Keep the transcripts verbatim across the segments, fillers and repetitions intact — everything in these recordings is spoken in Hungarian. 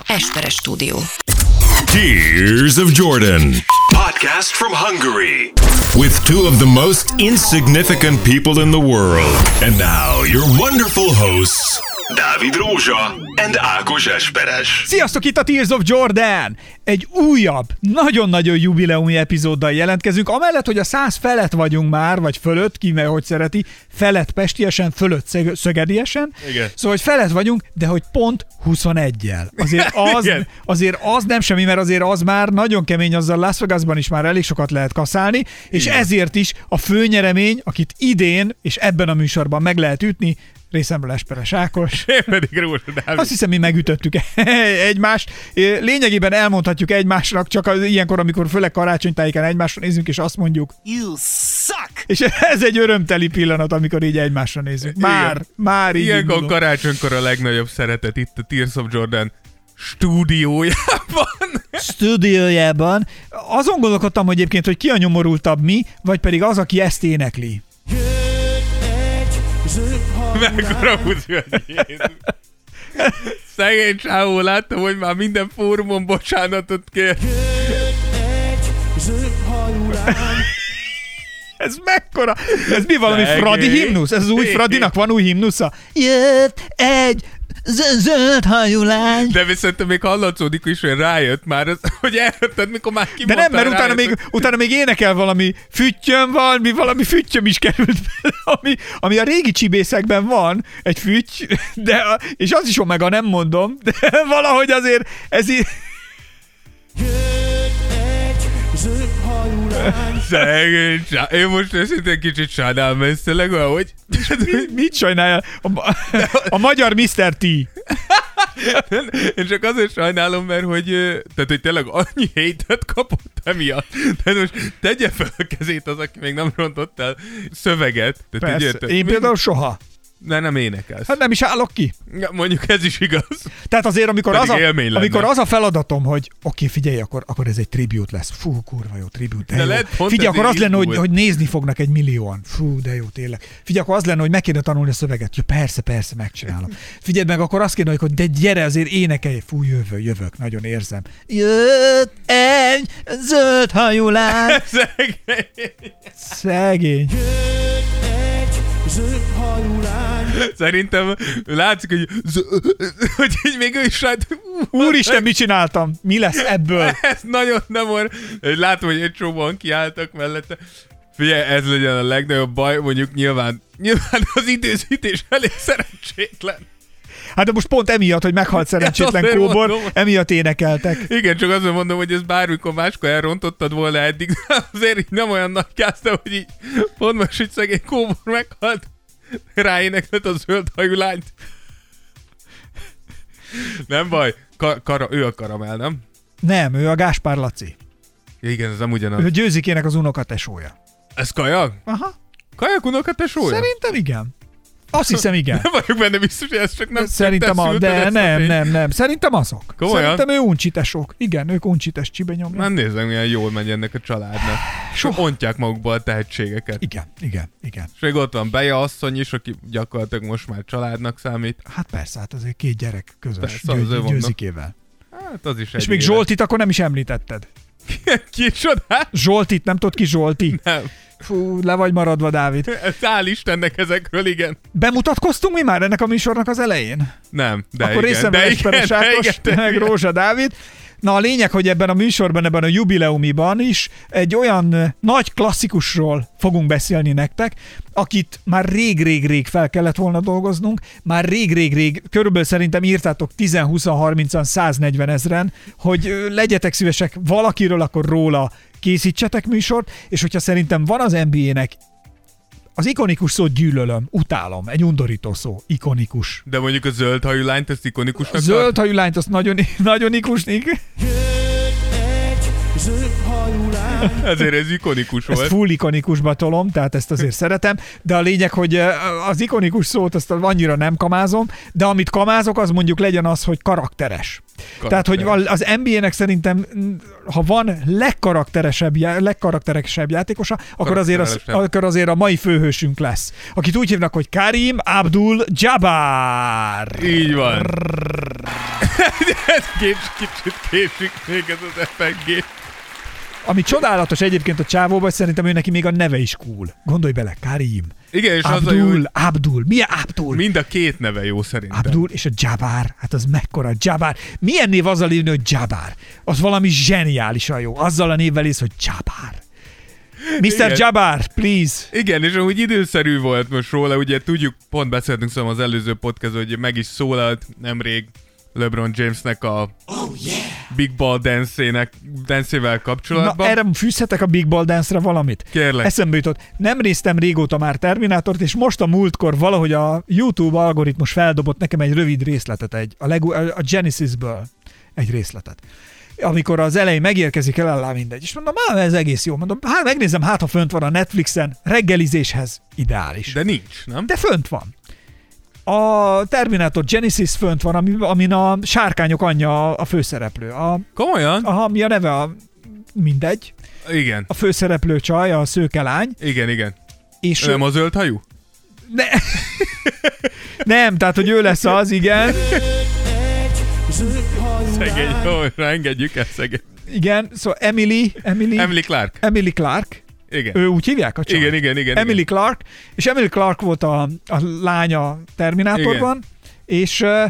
Esperes Stúdió. Tears of Jordan. Podcast from Hungary. With two of the most insignificant people in the world. And now your wonderful hosts, Dávid Rózsa and Ákos Esperes. Sziasztok, itt a Tears of Jordan! Egy újabb, nagyon-nagyon jubileumi epizóddal jelentkezünk, amellett, hogy a száz felett vagyunk már, vagy fölött, ki meg hogy szereti, felett pestiesen, fölött szög- szögediesen. Igen. Szóval, hogy felett vagyunk, de hogy pont huszoneggyel. Azért az, azért az nem semmi, mert azért az már nagyon kemény, azzal Las Vegasban is már elég sokat lehet kaszálni, és igen. Ezért is a főnyeremény, akit idén és ebben a műsorban meg lehet ütni, részemről Esperes Ákos. Én pedig Rózsa Dávid. Azt hiszem, mi megütöttük egymást. Lényegében elmondhatjuk egymásnak, csak az, ilyenkor, amikor főleg karácsonytájéken egymásra nézünk, és azt mondjuk, you suck! És ez egy örömteli pillanat, amikor így egymásra nézünk. Már, igen. már így ilyenkor indulunk. Karácsonykor a legnagyobb szeretet itt a Tears of Jordan stúdiójában. Stúdiójában. Azon gondolkodtam, hogy egyébként, hogy ki a nyomorultabb, mi, vagy pedig az, aki ezt énekli. Mekkora húzja, Jézus. Szegény csávó, láttam, hogy már minden fórumon bocsánatot kér. Ez mekkora? Ez mi valami Szegény. Fradi himnusz? Ez az új Fradinak van új himnusza? Jött egy zöld hajú lány. De viszont még hallatszódik is, hogy rájött már, az, hogy eljötted, mikor már De kimondtál. nem, mert utána még, utána még énekel valami füttyöm, valami, valami füttyöm is került bele, ami, ami a régi csibészekben van, egy fütty, de, a, és az is omega, nem mondom, de valahogy azért ez így... Szegény csá... Én most őszintén kicsit sajnálom ezt, tényleg olyan, hogy... Mi, mit sajnálja? A, a magyar miszter T. Én csak azért sajnálom, mert hogy, tehát, hogy tényleg annyi hétet kapott emiatt. Tehát most tegye fel a kezét az, aki még nem rontott el szöveget. Tehát Persze. Érted, Én például soha. De nem énekelsz. Hát nem is állok ki. Ja, mondjuk ez is igaz. Tehát azért, amikor, az a, amikor az a feladatom, hogy oké, okay, figyelj, akkor, akkor ez egy tribute lesz. Fú, kurva jó, tribute, de, de jó. Figyelj, akkor az lenne, hogy, hogy nézni fognak egy millióan. Fú, de jó, tényleg. Figyelj, akkor az lenne, hogy meg kéne tanulni a szöveget. Ja, persze, persze, megcsinálom. Figyelj meg, akkor azt kéne, hogy de gyere, azért énekelj. Fú, jövő, jövök, nagyon érzem. Jött egy zöld hajú lány. Szegény. Szegény. Szerintem látszik, hogy, hogy így még ő is rád... Úristen, mit csináltam? Mi lesz ebből? Ez nagyon nem olyan... Látom, hogy egy csomóan kiálltak mellette. Figyelj, ez legyen a legnagyobb baj, mondjuk nyilván, nyilván az időzítés elég szerencsétlen. Hát de most pont emiatt, hogy meghalt szerencsétlen kóbor, mondom, emiatt énekeltek. Igen, csak azért mondom, hogy ez bármikor máskor elrontottad volna eddig, azért így nem olyan nagy kászta, hogy így pont most, hogy szegény kóbor meghalt, ráéneklett a zöld hajú lányt. Nem baj, Ka- kara, ő a Karamell, nem? Nem, ő a Gáspár Laci. Ja, igen, ez nem ugyanaz. Ő Győzikének az unokatesója. Ez Kajak? Aha. Kajak unokatesója? Szerintem igen. Azt hiszem, igen. Nem vagyok benne biztos, hogy ez csak nem... Szerintem a, de nem, nem, nem. Szerintem azok. Komolyan? Szerintem ő uncsitesok. Igen, ők uncsites csibe nyomják. Nem nézem, milyen jól megy ennek a családnak. Soha. Ontják magukba a tehetségeket. Igen, igen, igen. És még ott van Beja asszony is, aki gyakorlatilag most már családnak számít. Hát persze, hát azért két gyerek közös Persze, Győ, Győzikével. Hát az is egy És még élet. Zsoltit akkor nem is említetted. Ki csodál? Zsoltit, nem tudod ki Zsolti? Nem. Fú, le vagy maradva, Dávid. Hál' Istennek ezekről, igen. Bemutatkoztunk mi már ennek a műsornak az elején? Nem, de Akkor igen. részemben Esperes Ákos, meg Rózsa Dávid. Na a lényeg, hogy ebben a műsorban, ebben a jubileumiban is egy olyan nagy klasszikusról fogunk beszélni nektek, akit már rég-rég-rég fel kellett volna dolgoznunk, már rég-rég-rég, körülbelül szerintem írtátok tíz, húsz, harminc, száz negyven ezren, hogy legyetek szívesek valakiről, akkor róla készítsetek műsort, és hogyha szerintem van az en bé á-nek az ikonikus szót gyűlölöm, utálom, egy undorító szó, ikonikus. De mondjuk a zöld hajú lányt, ezt ikonikusnak A zöld hajú lányt, azt nagyon, nagyon ikusnik. Ezért ez ikonikus volt. Ezt full ikonikusba tolom, tehát ezt azért szeretem, de a lényeg, hogy az ikonikus szót azt annyira nem kamázom, de amit kamázok, az mondjuk legyen az, hogy karakteres. Tehát, hogy az en bé á-nek szerintem, ha van legkarakteresebb, legkarakteresebb játékosa, akkor azért, az, akkor azért a mai főhősünk lesz. Akit úgy hívnak, hogy Karim Abdul-Jabbar. Így van. Ez kicsit késik még ez az ef en gé. Ami csodálatos egyébként a csávóban, szerintem ő neki még a neve is cool. Gondolj bele, Karim. Igen, és Abdul, az a jó, hogy Abdul. Milyen Abdul? Mind a két neve jó szerintem. Abdul és a Jabbar. Hát az mekkora Jabbar. Milyen név azzal írni, hogy Jabbar? Az valami zseniálisan jó. Azzal a névvel írsz, hogy Jabbar. miszter Jabbar, please. Igen, és ahogy időszerű volt most róla, ugye tudjuk, pont beszéltünk szóval az előző podcast, hogy meg is szólalt nemrég LeBron Jamesnek a oh, yeah. Big Ball dance-ének, dance-ével kapcsolatban. Na, erre fűzhetek a Big Ball dance-re valamit? Kérlek. Eszembe jutott. Nem néztem régóta már Terminátort, és most a múltkor valahogy a YouTube algoritmus feldobott nekem egy rövid részletet, egy, a, Lego, a Genesisből egy részletet. Amikor az elején megérkezik el, alá mindegy. És mondom, hát ez egész jó. Mondom, hát megnézem, hát ha fönt van a Netflixen, reggelizéshez ideális. De nincs, nem? De fönt van. A Terminator Genesis fönt van, ami, amin a sárkányok anyja a főszereplő. A, Komolyan? Aha, mi a neve? A, mindegy. Igen. A főszereplő csaj, a szőke lány. Igen, igen. És nem a zöld hajú? Ne. Nem, tehát, hogy ő lesz az, igen. Szegény, jó, engedjük el szegény. Igen, szóval Emily, Emily, Emily Clark. Emily Clark. Igen. Ő úgy hívják a csaj? Igen, igen, igen. Emily igen. Clark, és Emily Clark volt a, a lánya Terminátorban, igen. és uh,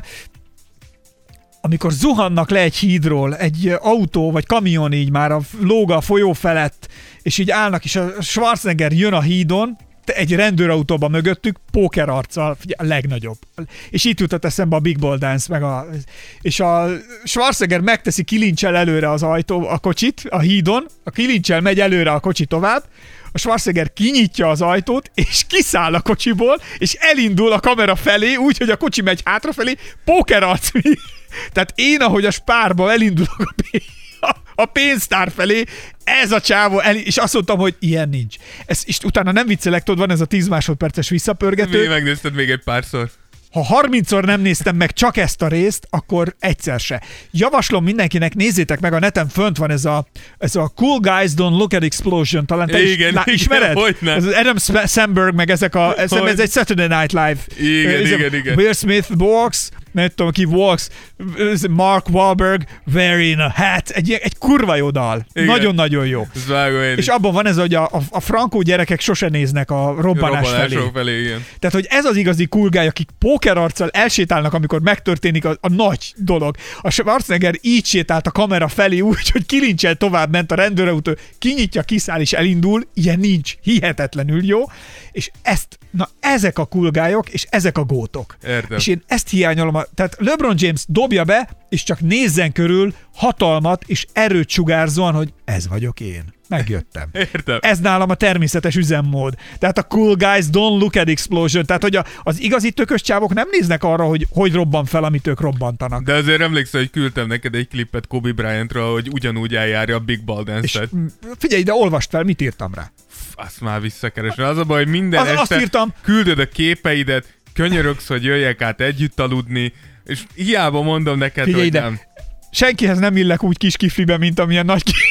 amikor zuhannak le egy hídról, egy autó vagy kamion így már a lóga a folyó felett, és így állnak, és a Schwarzenegger jön a hídon, egy rendőrautóban mögöttük, póker arccal, a legnagyobb. És itt jutott eszembe a Big Ball Dance, meg a, és a Schwarzenegger megteszi, kilincsel előre az ajtó, a kocsit a hídon, a kilincsel megy előre a kocsi tovább, a Schwarzenegger kinyitja az ajtót, és kiszáll a kocsiból, és elindul a kamera felé, úgy, hogy a kocsi megy hátrafelé, póker arc. Tehát én, ahogy a spárba elindulok a pénz, a pénztár felé, ez a csávó, el, és azt mondtam, hogy ilyen nincs. Ez, és utána nem viccelek, tudod, van ez a tíz másodperces visszapörgető. Mi megnézted még egy párszor? Ha harmincszor nem néztem meg csak ezt a részt, akkor egyszer se. Javaslom mindenkinek, nézzétek meg, a neten fönt van ez a, ez a Cool Guys Don't Look at Explosion, talán te igen, is igen, ismered? Hogyne. Ez az Adam Sandberg, meg ezek a, ez, ez egy Saturday Night Live. Igen, ez igen, igen. Will Smith walks, nem tudom ki walks, Mark Wahlberg wearing a hat. Egy, egy kurva jó dal. Nagyon-nagyon jó. És abban van ez, hogy a, a, a frankó gyerekek sose néznek a robbanás, robbanás felé. felé igen. Tehát, hogy ez az igazi cool guy, akik pókerarccal elsétálnak, amikor megtörténik a, a nagy dolog. A Schwarzenegger így sétált a kamera felé úgy, hogy kilincsel tovább ment a rendőrautó, kinyitja, kiszáll és elindul. Ilyen nincs. Hihetetlenül jó. És ezt, na ezek a cool guy-ok, és ezek a gótok. Értem. És én ezt hiányolom. A, tehát LeBron James dobja be, és csak nézzen körül hatalmat és erőt sugárzóan, hogy ez vagyok én. Megjöttem. Értem. Ez nálam a természetes üzemmód. Tehát a cool guys don't look at explosion. Tehát, hogy a, az igazi tökös csávok nem néznek arra, hogy hogy robban fel, amit ők robbantanak. De azért emlékszel, hogy küldtem neked egy klippet Kobe Bryantról, hogy ugyanúgy eljárja a Big Ball Dance-et. Figyelj, de olvast fel, mit írtam rá. Azt már visszakeresem. Az a baj, hogy minden az, este írtam. küldöd a képeidet, könyörögsz, hogy jöjjek át együtt aludni, és hiába mondom neked, Figyelj hogy ide. nem. Senkihez nem illek úgy kis kiflibe, mint amilyen nagy kifli.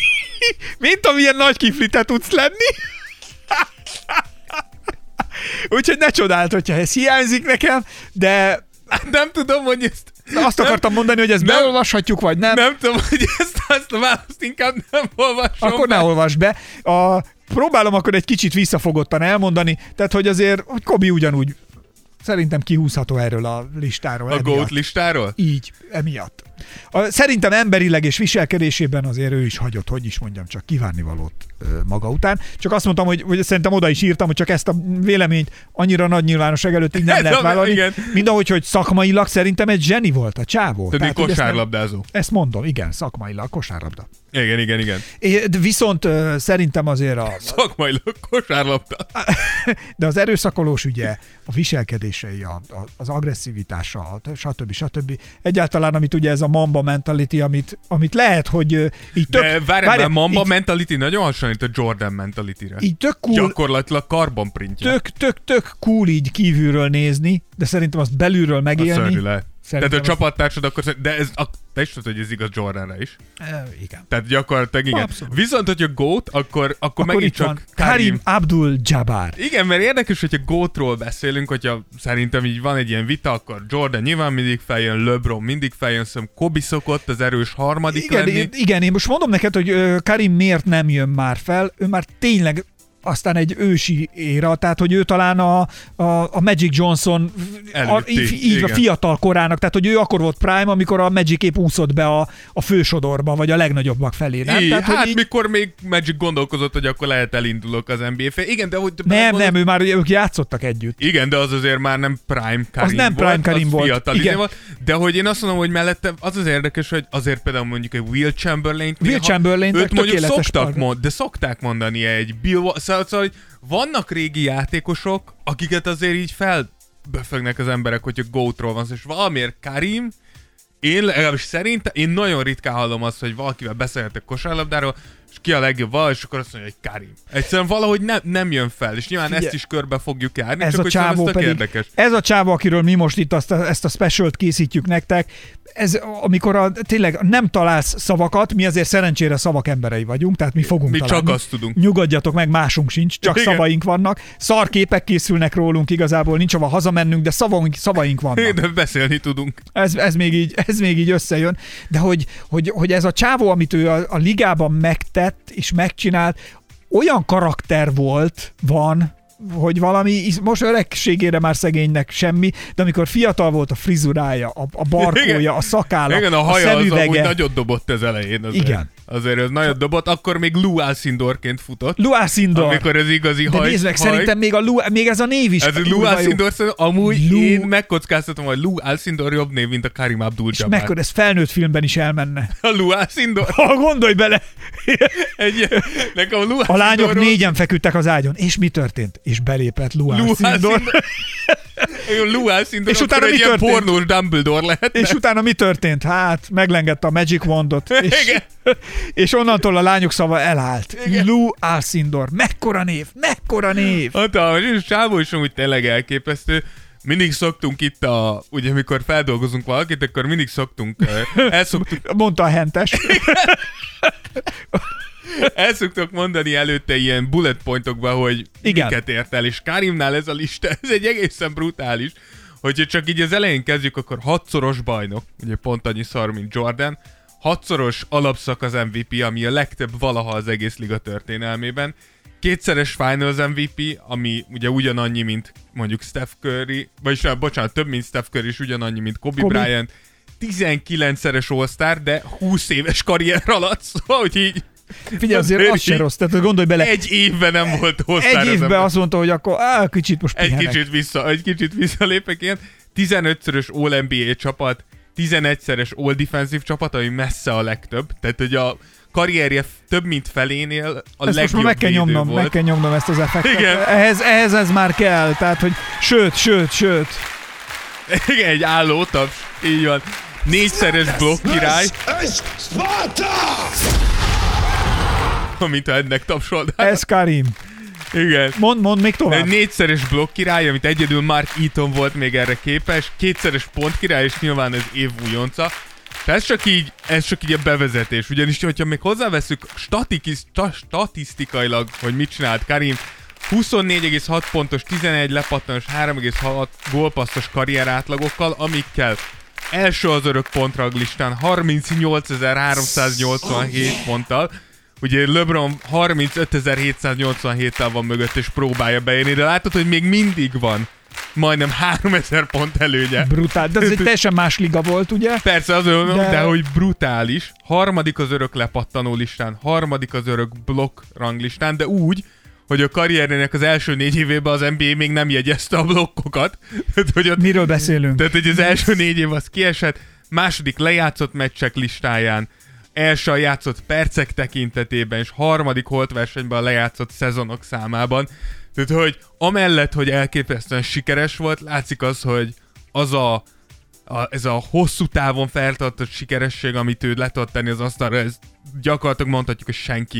Mint amilyen nagy kifli te tudsz lenni. Úgyhogy ne csodáld, hogyha ez hiányzik nekem, de... Nem tudom, hogy ezt... Azt nem, akartam mondani, hogy ezt nem, beolvashatjuk, vagy nem. Nem tudom, hogy ezt azt a választ inkább nem olvasom. Akkor be. Ne olvasd be. A, próbálom akkor egy kicsit visszafogottan elmondani, tehát hogy azért, hogy Kobi ugyanúgy szerintem kihúzható erről a listáról. A emiatt. GOAT listáról? Így, emiatt. A, szerintem emberileg és viselkedésében azért ő is hagyott, hogy is mondjam, csak kívánnivalót ö, maga után. Csak azt mondtam, hogy, hogy szerintem oda is írtam, hogy csak ezt a véleményt annyira nagy nyilvánosság előtt így nem ez lehet vállalni. Igen. Mind ahogy, hogy szakmailag szerintem egy zseni volt a csávó. Tehát egy kosárlabdázó. Ezt, ezt mondom, igen, szakmailag kosárlabda. Igen, igen, igen. É, de viszont uh, szerintem azért a... Szakmailag kosárlabda. De az erőszakolós ügye, a viselkedései, a, a, az agresszivitása, stb. stb. Egyáltalán, amit ugye ez a mamba mentality, amit, amit lehet, hogy uh, így tök... De várjál, a mamba így, mentality nagyon hasonlít a Jordan mentalityre. Így tök cool. Gyakorlatilag karbonprintje. Tök, tök, tök cool így kívülről nézni, de szerintem azt belülről megélni. A szörnyű lehet. Tehát a csapattársad akkor, de ez, a, te is tudod, hogy ez igaz Jordanra is. E, igen. Tehát gyakorlatilag igen. Abszolút. Viszont, hogyha GOAT, akkor, akkor, akkor megint csak Karim Abdul-Jabbar. Igen, mert érdekes, hogyha GOAT-ról beszélünk, hogyha szerintem így van egy ilyen vita, akkor Jordan nyilván mindig feljön, LeBron mindig feljön, szóval Kobe szokott az erős harmadik igen, lenni. Én, igen, én most mondom neked, hogy Karim miért nem jön már fel, ő már tényleg aztán egy ősi éra, tehát hogy ő talán a, a, a Magic Johnson a, így, így a fiatal korának, tehát hogy ő akkor volt prime, amikor a Magic épp úszott be a, a fősodorba, vagy a legnagyobbak felé. Nem? Így, tehát, hát így... mikor még Magic gondolkozott, hogy akkor lehet elindulok az en bé á felé. Igen, de hogy... Nem, mondod... nem, ő már ők játszottak együtt. Igen, de az azért már nem prime Karim az nem volt, prime Karim az volt. Fiatal Igen. volt. De hogy én azt mondom, hogy mellette az az érdekes, hogy azért például mondjuk egy Will Chamberlain-t Will Chamberlain őt mondjuk szoktak mond, de szokták mondani egy Bill, szóval, szóval vannak régi játékosok, akiket azért így felböfögnek az emberek, hogyha GOAT-ról van szó, és valamiért Karim, én legalábbis szerintem, én nagyon ritkán hallom azt, hogy valakivel beszélhetek kosárlabdáról, és ki a legjobb vala, és akkor azt mondja, hogy Karim. Egyszerűen valahogy ne, nem jön fel, és nyilván Figyelj, ezt is körbe fogjuk járni, ez csak a hogy csávó ez pedig, érdekes. Ez a csávó, akiről mi most itt azt a, ezt a specialt készítjük nektek, ez amikor a, tényleg nem találsz szavakat, mi azért szerencsére szavak emberei vagyunk, tehát mi fogunk mi találni. csak azt tudunk. Nyugodjatok meg, másunk sincs, csak Igen. szavaink vannak. Szarképek készülnek rólunk, igazából nincs hova hazamennünk, de szavaink, szavaink vannak. De beszélni tudunk. Ez, ez, még így, ez még így összejön. De hogy, hogy, hogy ez a csávó, amit ő a, a ligában megtett és megcsinált, olyan karakter volt, van, hogy valami, most öregségére már szegénynek semmi, de amikor fiatal volt a frizurája, a, a barkója, igen. a szakálla, igen, a, a haja szemüvege. Az amúgy nagyot dobott az elején. Azért. Igen. Azért ez nagyot dobott, akkor még Lou Alcindorként futott. Lou Alcindor. Amikor ez igazi de haj. nézd meg, haj. szerintem még, a Lou, még ez a név is. Ez a Lou Alcindor, amúgy Lou... én megkockáztatom, hogy Lou Alcindor jobb név, mint a Karim Abdul-Jabbar. És mekkora, ez felnőtt filmben is elmenne. A Lou Alcindor? Ha gondolj bele. Egy, nekem a Lou a lányok négyen feküdtek az ágyon. És mi történt? És belépett Lou Alcindor. Lou Alcindor, és utána egy mi ilyen történt? pornós Dumbledore lehetne. És utána mi történt? Hát, meglengette a Magic Wandot. És, és onnantól a lányok szava elállt. Igen. Lou Alcindor. Mekkora név? Mekkora név? Hatalmas, és Sávó is amúgy tényleg elképesztő. Mindig szoktunk itt a, ugye amikor feldolgozunk valakit, akkor mindig szoktunk, elszoktuk... Mondta a hentes. El szoktok mondani előtte ilyen bullet pointokba, hogy Igen. miket ért el, és Karimnál ez a lista, ez egy egészen brutális. Hogyha csak így az elején kezdjük, akkor hatszoros bajnok, ugye pont annyi szar, mint Jordan, hatszoros alapszakasz em vé pé, ami a legtöbb valaha az egész liga történelmében, kétszeres Finals em vé pé, ami ugye ugyanannyi, mint mondjuk Steph Curry, vagyis nem, bocsánat, több, mint Steph Curry, és ugyanannyi, mint Kobe, Kobe. Bryant, tizenkilencszeres All-Star, de húsz éves karrier alatt, szóval, hogy így Figyelj, azért az se rossz, tehát gondolj bele. Egy évben nem volt All-Star. Egy évben azt mondta, hogy akkor á, kicsit most pihenek. Egy kicsit vissza, egy kicsit visszalépek ilyen. tizenötszörös All-en bé á csapat, tizenegyszeres All-Defensive csapat, ami messze a legtöbb. Tehát, hogy a karrierje több mint felénél a ezt legjobb meg kell nyomnom, volt. meg kell nyomnom ezt az effektet. Igen. Ehhez, ehhez ez már kell, tehát, hogy sőt, sőt, sőt. Igen, egy álló taps, így van. Négyszeres blokk király. Amint ha ennek tapsolnál. Ez Karim. Igen. Mond, mond még tovább. Egy négyszeres blokk király, amit egyedül Mark Eaton volt még erre képes, kétszeres pont király, és nyilván ez év újonca. Ez csak így, ez csak így a bevezetés, ugyanis, hogyha még hozzáveszünk statisztikailag, hogy mit csinált Karim, huszonnégy egész hat pontos, tizenegy lepattanós, három egész hat gólpasszos karrier átlagokkal, amikkel első az örök pontraglistán harmincnyolcezer-háromszáznyolcvanhét ponttal. Ugye LeBron harmincötezer-hétszáznyolcvanhéttel van mögött, és próbálja beérni, de látod, hogy még mindig van majdnem háromezer pont előnye. Brutál, de ez egy teljesen más liga volt, ugye? Persze, az olyan, de... de hogy brutális. Harmadik az örök lepattanó listán, harmadik az örök blokk ranglistán, de úgy, hogy a karrierének az első négy évében az en bé á még nem jegyezte a blokkokat. Tehát, hogy ott, miről beszélünk? Tehát, hogy az első négy év az kiesett, második lejátszott meccsek listáján, első játszott percek tekintetében, és harmadik holtversenyben a lejátszott szezonok számában. Tehát, hogy amellett, hogy elképesztően sikeres volt, látszik az, hogy az a, a, ez a hosszú távon feltartott sikeresség, amit ő le tudott tenni az asztalra, ez gyakorlatilag mondhatjuk, hogy senki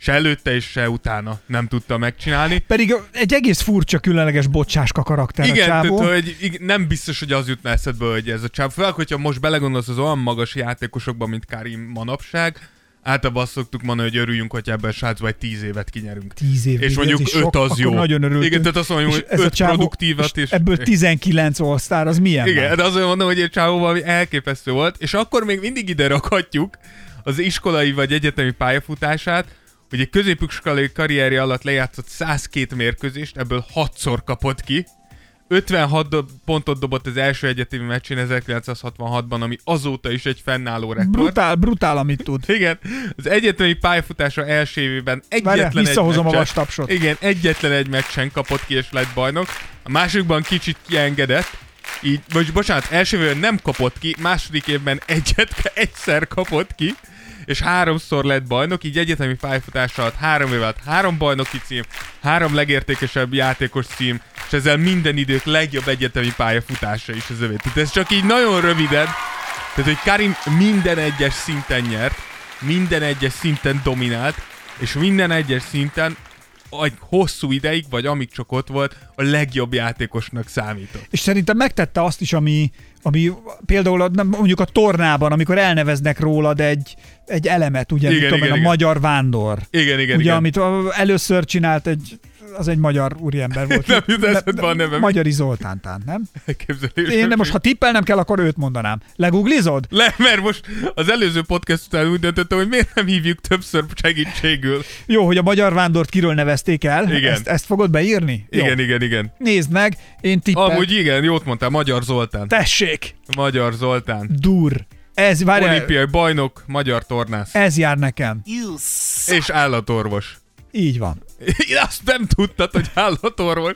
se előtte és se utána nem tudta megcsinálni. Pedig egy egész furcsa, különleges bocsáska karakter igen, a csávó. tehát, hogy nem biztos, hogy az jutna eszedbe, hogy ez a csávó. Főleg, hogyha most belegondolsz az olyan magas játékosokban, mint Karim manapság, általában azt szoktuk mondani, hogy örüljünk, hogy ebben a srácban egy tíz évet kinyerünk. Tíz év. És mondjuk öt az jó. Nagyon örültünk. Igen, tehát azt mondjuk, hogy öt produktívat. És ebből tizenkilenc all-star, az milyen? Igen, már? de azt mondom, hogy egy csávó valami elképesztő volt, és akkor még mindig ide rakhatjuk az iskolai vagy egyetemi pályafutását, hogy egy középiskolai karrierje alatt lejátszott százkettő mérkőzést, ebből hatszor kapott ki, ötvenhat do- pontot dobott az első egyetemi meccsén ezerkilencszázhatvanhatban, ami azóta is egy fennálló rekord. Brutál, brutál, amit tud. Igen, az egyetemi pályafutása első évében egyetlen Várjál, egy visszahozom meccsen, a vastapsot. Igen, egyetlen egy meccsen kapott ki és lett bajnok. A másodikban kicsit kiengedett, így, vagy bocsánat, első évben nem kapott ki, második évben egyet, egyszer kapott ki, és háromszor lett bajnok, így egyetemi pályafutása alatt három év alatt három bajnoki cím, három legértékesebb játékos cím, és ezzel minden idők legjobb egyetemi pályafutása is az övé. Tehát ez csak így nagyon röviden, tehát hogy Karim minden egyes szinten nyert, minden egyes szinten dominált, és minden egyes szinten egy hosszú ideig, vagy amíg csak ott volt, a legjobb játékosnak számított. És szerintem megtette azt is, ami, ami például a, mondjuk a tornában, amikor elneveznek rólad egy, egy elemet, ugye, igen, tudom igen, én, a igen. magyar vándor. Igen, igen, ugye, igen. amit először csinált egy, az egy magyar úriember volt. Nem jut eszedbe a nevem. Magyari Zoltántán, nem? Elképzelés. Én de most, ha tippelnem kell, akkor őt mondanám. Legooglizod? Le, mert most az előző podcast után úgy döntöttem, hogy miért nem hívjuk többször segítségül. Jó, hogy a magyar vándort kiről nevezték el. Igen. Ezt, ezt fogod beírni? Igen, Jó. igen, igen. Nézd meg, én tippel. Amúgy igen, jót mondtál, Magyar Zoltán. Tessék! Magyar Zoltán. Dur. Ez, várjál, Olimpiai bajnok, magyar tornász. ez jár nekem. És állatorvos. Így van. Én azt nem tudtad, hogy állatorvos.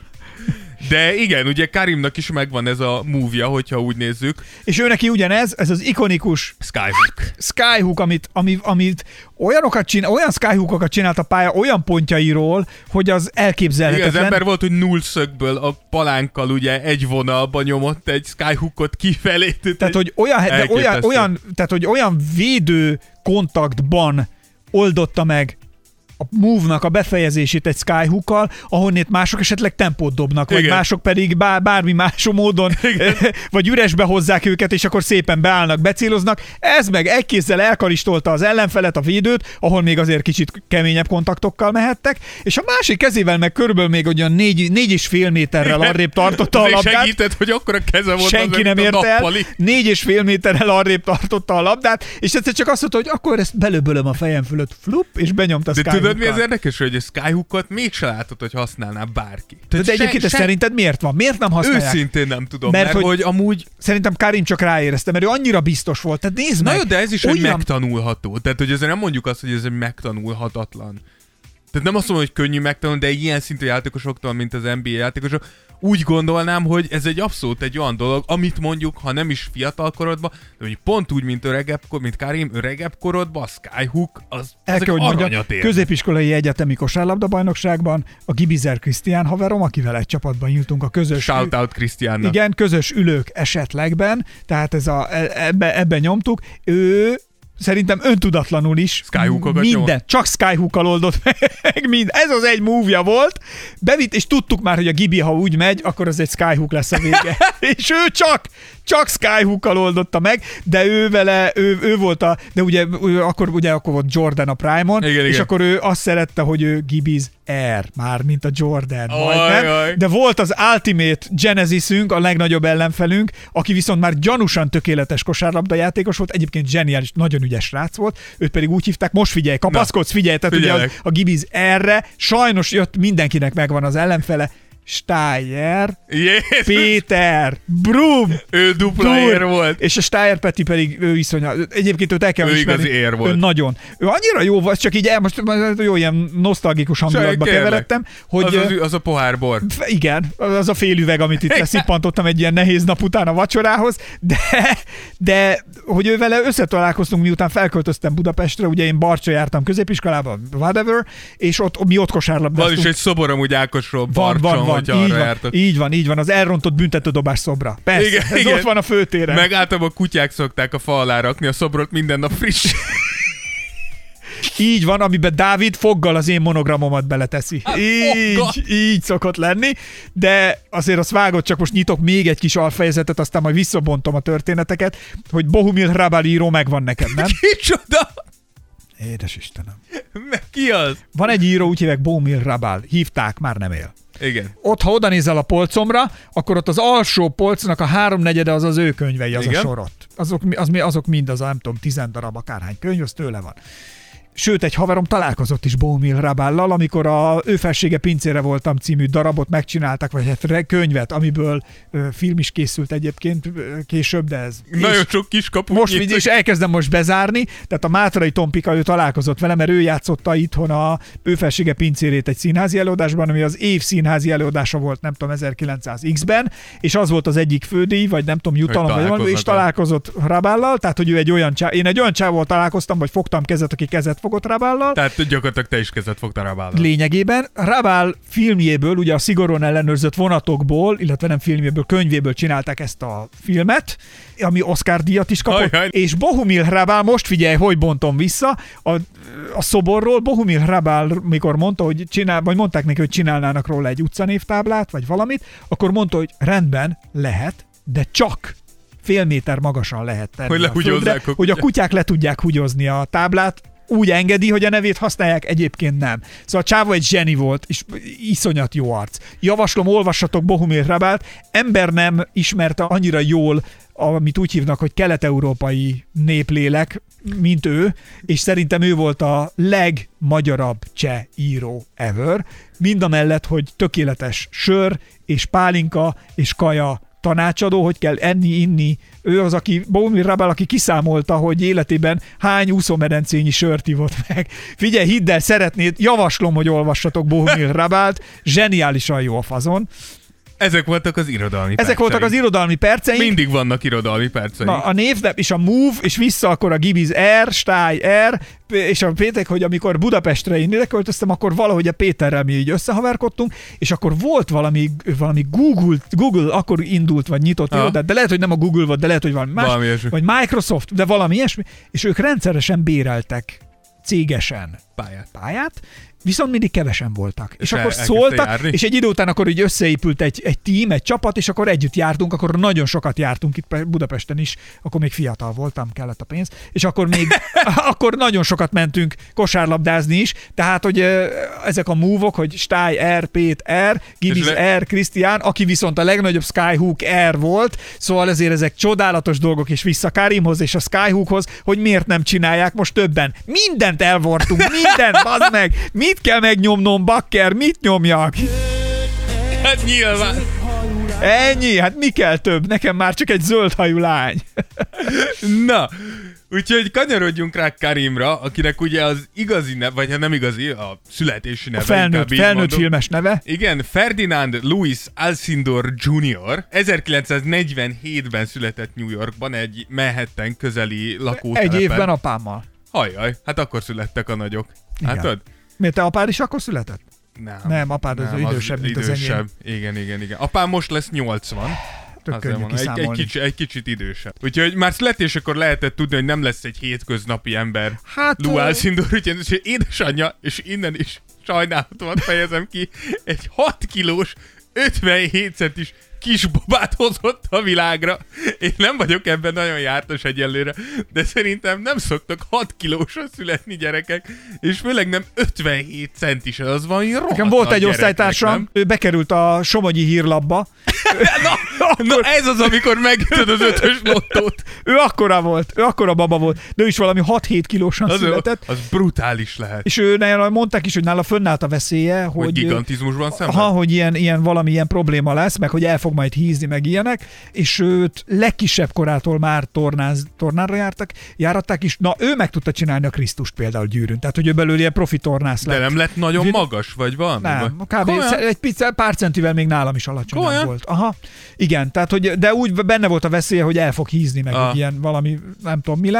De igen, ugye Karimnak is megvan ez a move-ja, hogyha úgy nézzük. És ő neki ugyanez, ez az ikonikus Skyhook. skyhook, amit, ami, amit olyanokat csinál, olyan skyhookokat csinált a pálya olyan pontjairól, hogy az Igen, elképzelhetetlen. az ember volt, hogy nullszögből a palánkkal ugye egy vonalba nyomott egy skyhookot kifelé. Tehát, hogy olyan, de olyan, olyan, tehát, hogy olyan védő kontaktban oldotta meg a move-nak a befejezését egy skyhookkal, ahonnét mások esetleg tempót dobnak, vagy igen. mások pedig bár, bármi más módon, vagy üresbe hozzák őket, és akkor szépen beállnak, becéloznak. Ez meg egy kézzel elkaristolta az ellenfelet, a védőt, ahol még azért kicsit keményebb kontaktokkal mehettek, és a másik kezével meg körülbelül még olyan négy, négy és fél méterrel igen. arrébb tartotta Azért a labdát. segített, hogy akkor a keze volt Senki az, nem ért el, nappali. négy és fél méterrel arrébb tartotta a labdát, és egyszer csak azt mondta, hogy akkor ezt belöbölöm a fejem fölött, flup, és benyomta a De tudod, mi az skyhookkal. érdekes, hogy a skyhookot mégse látod, hogy használná bárki. De egyébként ez szerinted miért van? Miért nem használják? Őszintén nem tudom, Mert mert, mert hogy- hogy, amúgy... Szerintem Karim csak ráérezte, mert ő annyira biztos volt. Tehát nézd Na meg, jó, de ez is egy olyan- megtanulható. Tehát, hogy ezért nem mondjuk azt, hogy ez egy megtanulhatatlan. Tehát nem azt mondom, hogy könnyű megtanulni, de egy ilyen szintű játékosoktól, mint az en bé á játékosok, úgy gondolnám, hogy ez egy abszolút egy olyan dolog, amit mondjuk, ha nem is fiatal korodban, de mondjuk pont úgy, mint öregebb, kor- mint Karim öregebb korodban, a skyhook, az, El az kell, hogy mondjam, aranyat ér. középiskolai egyetemi kosárlabda bajnokságban a Gibizer Krisztián haverom, akivel egy csapatban nyújtunk a közös... Shout out Krisztiánnak. Igen, közös ülők esetlegben, tehát ez a, ebbe, ebbe nyomtuk. Ő szerintem öntudatlanul is Skyhookokat minden, nyom. csak skyhookkal oldott meg mind. Ez az egy move-ja volt. Bevitt, és tudtuk már, hogy a Gibi, ha úgy megy, akkor az egy skyhook lesz a vége. És ő csak, csak skyhookkal oldotta meg, de ő vele, ő, ő volt a, de ugye, ő, akkor, ugye akkor volt Jordan a Prime-on, Igen, és igen. akkor ő azt szerette, hogy ő Gibi's Air, már mint a Jordan. Aj, majdnem. aj. De volt az Ultimate Genesisünk, a legnagyobb ellenfelünk, aki viszont már gyanúsan tökéletes kosárlabda játékos volt, egyébként zseniális, nagyon ügyes srác volt, őt pedig úgy hívták, most figyelj, kapaszkodsz, figyelj, tehát ugye figyelek. az, a Gibi's erre, sajnos jött, mindenkinek megvan az ellenfele, Steyer, Jézus, Péter, Brum, ő dupla Dur, ér volt. és a Steyer Peti pedig ő iszonya. Egyébként őt el kell Ő ismerni. igazi ér volt. Ő nagyon. Ő annyira jó volt, csak így el, most jó ilyen nosztalgikus hangulatba kérlek. keveredtem, hogy... Az, az, az a pohár bor. F- Igen, az a fél üveg, amit itt leszippantottam egy ilyen nehéz nap után a vacsorához, de, de hogy ő vele összetalálkoztunk, miután felköltöztem Budapestre, ugye én Barcsa jártam középiskolában, whatever, és ott mi ott kosárlabdáztunk. Van is egy szobor amúgy Ákosról Van, Barcson, van, van, hogyha így arra van, jártak. így van, így van, az elrontott büntetődobás szobra. Persze, Igen, ez igen. ott van a főtéren. Meg általában a kutyák szokták a fa alá rakni a szobrot minden nap friss. Így van, amiben Dávid foggal az én monogramomat beleteszi. Hát, így, foggal. így szokott lenni, de azért azt vágott, csak most nyitok még egy kis alfejezetet, aztán majd visszabontom a történeteket, hogy Bohumil Hrabal író megvan nekem, nem? Kicsoda? Édes Istenem. Meg ki az? Van egy író, úgy hívják Bohumil Hrabal. Hívták, már nem él. Igen. Ott, ha oda nézel a polcomra, akkor ott az alsó polcnak a háromnegyede az az ő könyvei, az igen? A sorot. Azok, az, azok mind az, nem tudom, tizen darab akárhány könyv, az tőle van. Sőt, egy haverom találkozott is Bohumil Hraballal, amikor a Ő felsége pincére voltam című darabot megcsináltak, vagy hát könyvet, amiből ö, film is készült egyébként ö, később, de ez... Nagyon sok kiskapu. Most vigy, és elkezdem most bezárni, tehát a Mátrai Tompika, ő találkozott vele, mert ő játszotta itthon a Ő felsége pincérét egy színházi előadásban, ami az év színházi előadása volt, nem tudom, ezerkilencszáz iksz-ben, és az volt az egyik fődíj, vagy nem tudom, jutalom, vagy valami, és találkozott Hraballal, tehát hogy ő egy olyan csá... Én egy olyan csávval találkoztam, vagy fogtam kezet, aki kezet fogott Hraballal. Tehát gyakorlatilag te is kezet fogtál Hraballal. Lényegében Hrabal filmjéből, ugye a szigorúan ellenőrzött vonatokból, illetve nem filmjéből, könyvéből csinálták ezt a filmet, ami Oscar-díjat is kapott, Ajaj. és Bohumil Hrabal, most figyelj, hogy bontom vissza, a, a szoborról Bohumil Hrabal, mikor mondta, hogy csinál, vagy mondták neki, hogy csinálnának róla egy utcanévtáblát, vagy valamit, akkor mondta, hogy rendben, lehet, de csak fél méter magasan lehet tenni Hogy a földre, lehugyozzák a hogy a kutyák le tudják hugyozni a táblát, úgy engedi, hogy a nevét használják, egyébként nem. Szóval a csávó egy zseni volt, és iszonyat jó arc. Javaslom, olvassatok Bohumil Hrabalt. Ember nem ismerte annyira jól, amit úgy hívnak, hogy kelet-európai néplélek, mint ő, és szerintem ő volt a legmagyarabb cseh író ever. Mindamellett, hogy tökéletes sör, és pálinka, és kaja tanácsadó, hogy kell enni, inni. Ő az, aki, Bohumil Hrabal, aki kiszámolta, hogy életében hány úszómedencényi sört ivott meg. Figyelj, hidd el, szeretnéd, javaslom, hogy olvassatok Bohumil Hrabalt, zseniálisan jó a fazon. Ezek voltak az irodalmi perceink. Ezek voltak az irodalmi perceink. Mindig vannak irodalmi perceink. Na, a név, és a move, és vissza akkor a Gibiz R, Stály R, és a Péter, hogy amikor Budapestre én ide költöztem, akkor valahogy a Péterrel mi így összehaverkodtunk, és akkor volt valami, valami Google, Google akkor indult, vagy nyitott irodát, de lehet, hogy nem a Google volt, de lehet, hogy valami más, valami vagy Microsoft, de valami ilyesmi, és ők rendszeresen béreltek cégesen pályát. pályát, viszont mindig kevesen voltak. És, És akkor el, szóltak, járni? és egy idő után akkor így összeépült egy, egy tím, egy csapat, és akkor együtt jártunk, akkor nagyon sokat jártunk itt Budapesten is, akkor még fiatal voltam, kellett a pénz, és akkor még, akkor nagyon sokat mentünk kosárlabdázni is, tehát, hogy ezek a move-ok, hogy Stály R, Pét R, Gibiz le... R, Krisztián, aki viszont a legnagyobb Skyhook R volt, szóval ezért ezek csodálatos dolgok, és vissza Karimhoz és a Skyhookhoz, hogy miért nem csinálják most többen. Mindent elvortunk, mindent, bazd meg! Mit kell megnyomnom, bakker? Mit nyomjak? Hát nyilván. Ennyi? Hát mi kell több? Nekem már csak egy zöldhajú lány. Na, úgyhogy kanyarodjunk rá Karimra, akinek ugye az igazi neve, vagy hát nem igazi, a születési neve. A felnőtt, felnőtt filmes neve. Igen, Ferdinand Louis Alcindor junior ezerkilencszáznegyvenhétben született New Yorkban, egy Manhattan közeli lakótelepen. Egy évben apámmal. Hajjaj, hát akkor születtek a nagyok. Látod? Miért te apád is akkor született? Nem. Nem, apád az nem, idősebb, az mint idősebb. Az enyém. Igen, igen, igen. Apám most lesz nyolcvan. Egy, egy, kicsi, egy kicsit idősebb. Úgyhogy már születésekor lehetett tudni, hogy nem lesz egy hétköznapi ember. Hát... Lou Alcindor, úgyhogy édesanyja, és innen is sajnálatomat fejezem ki, egy hat kilós, ötvenhét centis kis babát hozott a világra. Én nem vagyok ebben nagyon jártas egyelőre, de szerintem nem szoktak hat kilósra születni gyerekek, és főleg nem ötvenhét centisen, az van rohadt. Nekem volt egy osztálytársam, ő bekerült a Somogyi hírlapba. na, na ez az, amikor megütöd az ötös lottót. Ő akkora volt, ő akkora baba volt, de ő is valami hat-hét kilósan az született. Az brutális lehet. És ő mondták is, hogy nála fönnállt a veszélye, hogy, hogy gigantizmusban szenved. Ha, hogy ilyen, ilyen valami ilyen probléma lesz, meg hogy el fog majd hízni, meg ilyenek, és őt legkisebb korától már tornáz, tornára jártak, járatták is. Na, ő meg tudta csinálni a Krisztust például gyűrűn, tehát hogy ő belőle ilyen profi tornász lett. De nem lett nagyon Vid- magas, vagy van? Nem, kb. egy picit, pár centivel még nálam is alacsonyabb Komolyan? volt. Aha, igen, tehát hogy, de úgy benne volt a veszélye, hogy el fog hízni, meg ah. hogy ilyen valami, nem tudom mi lesz,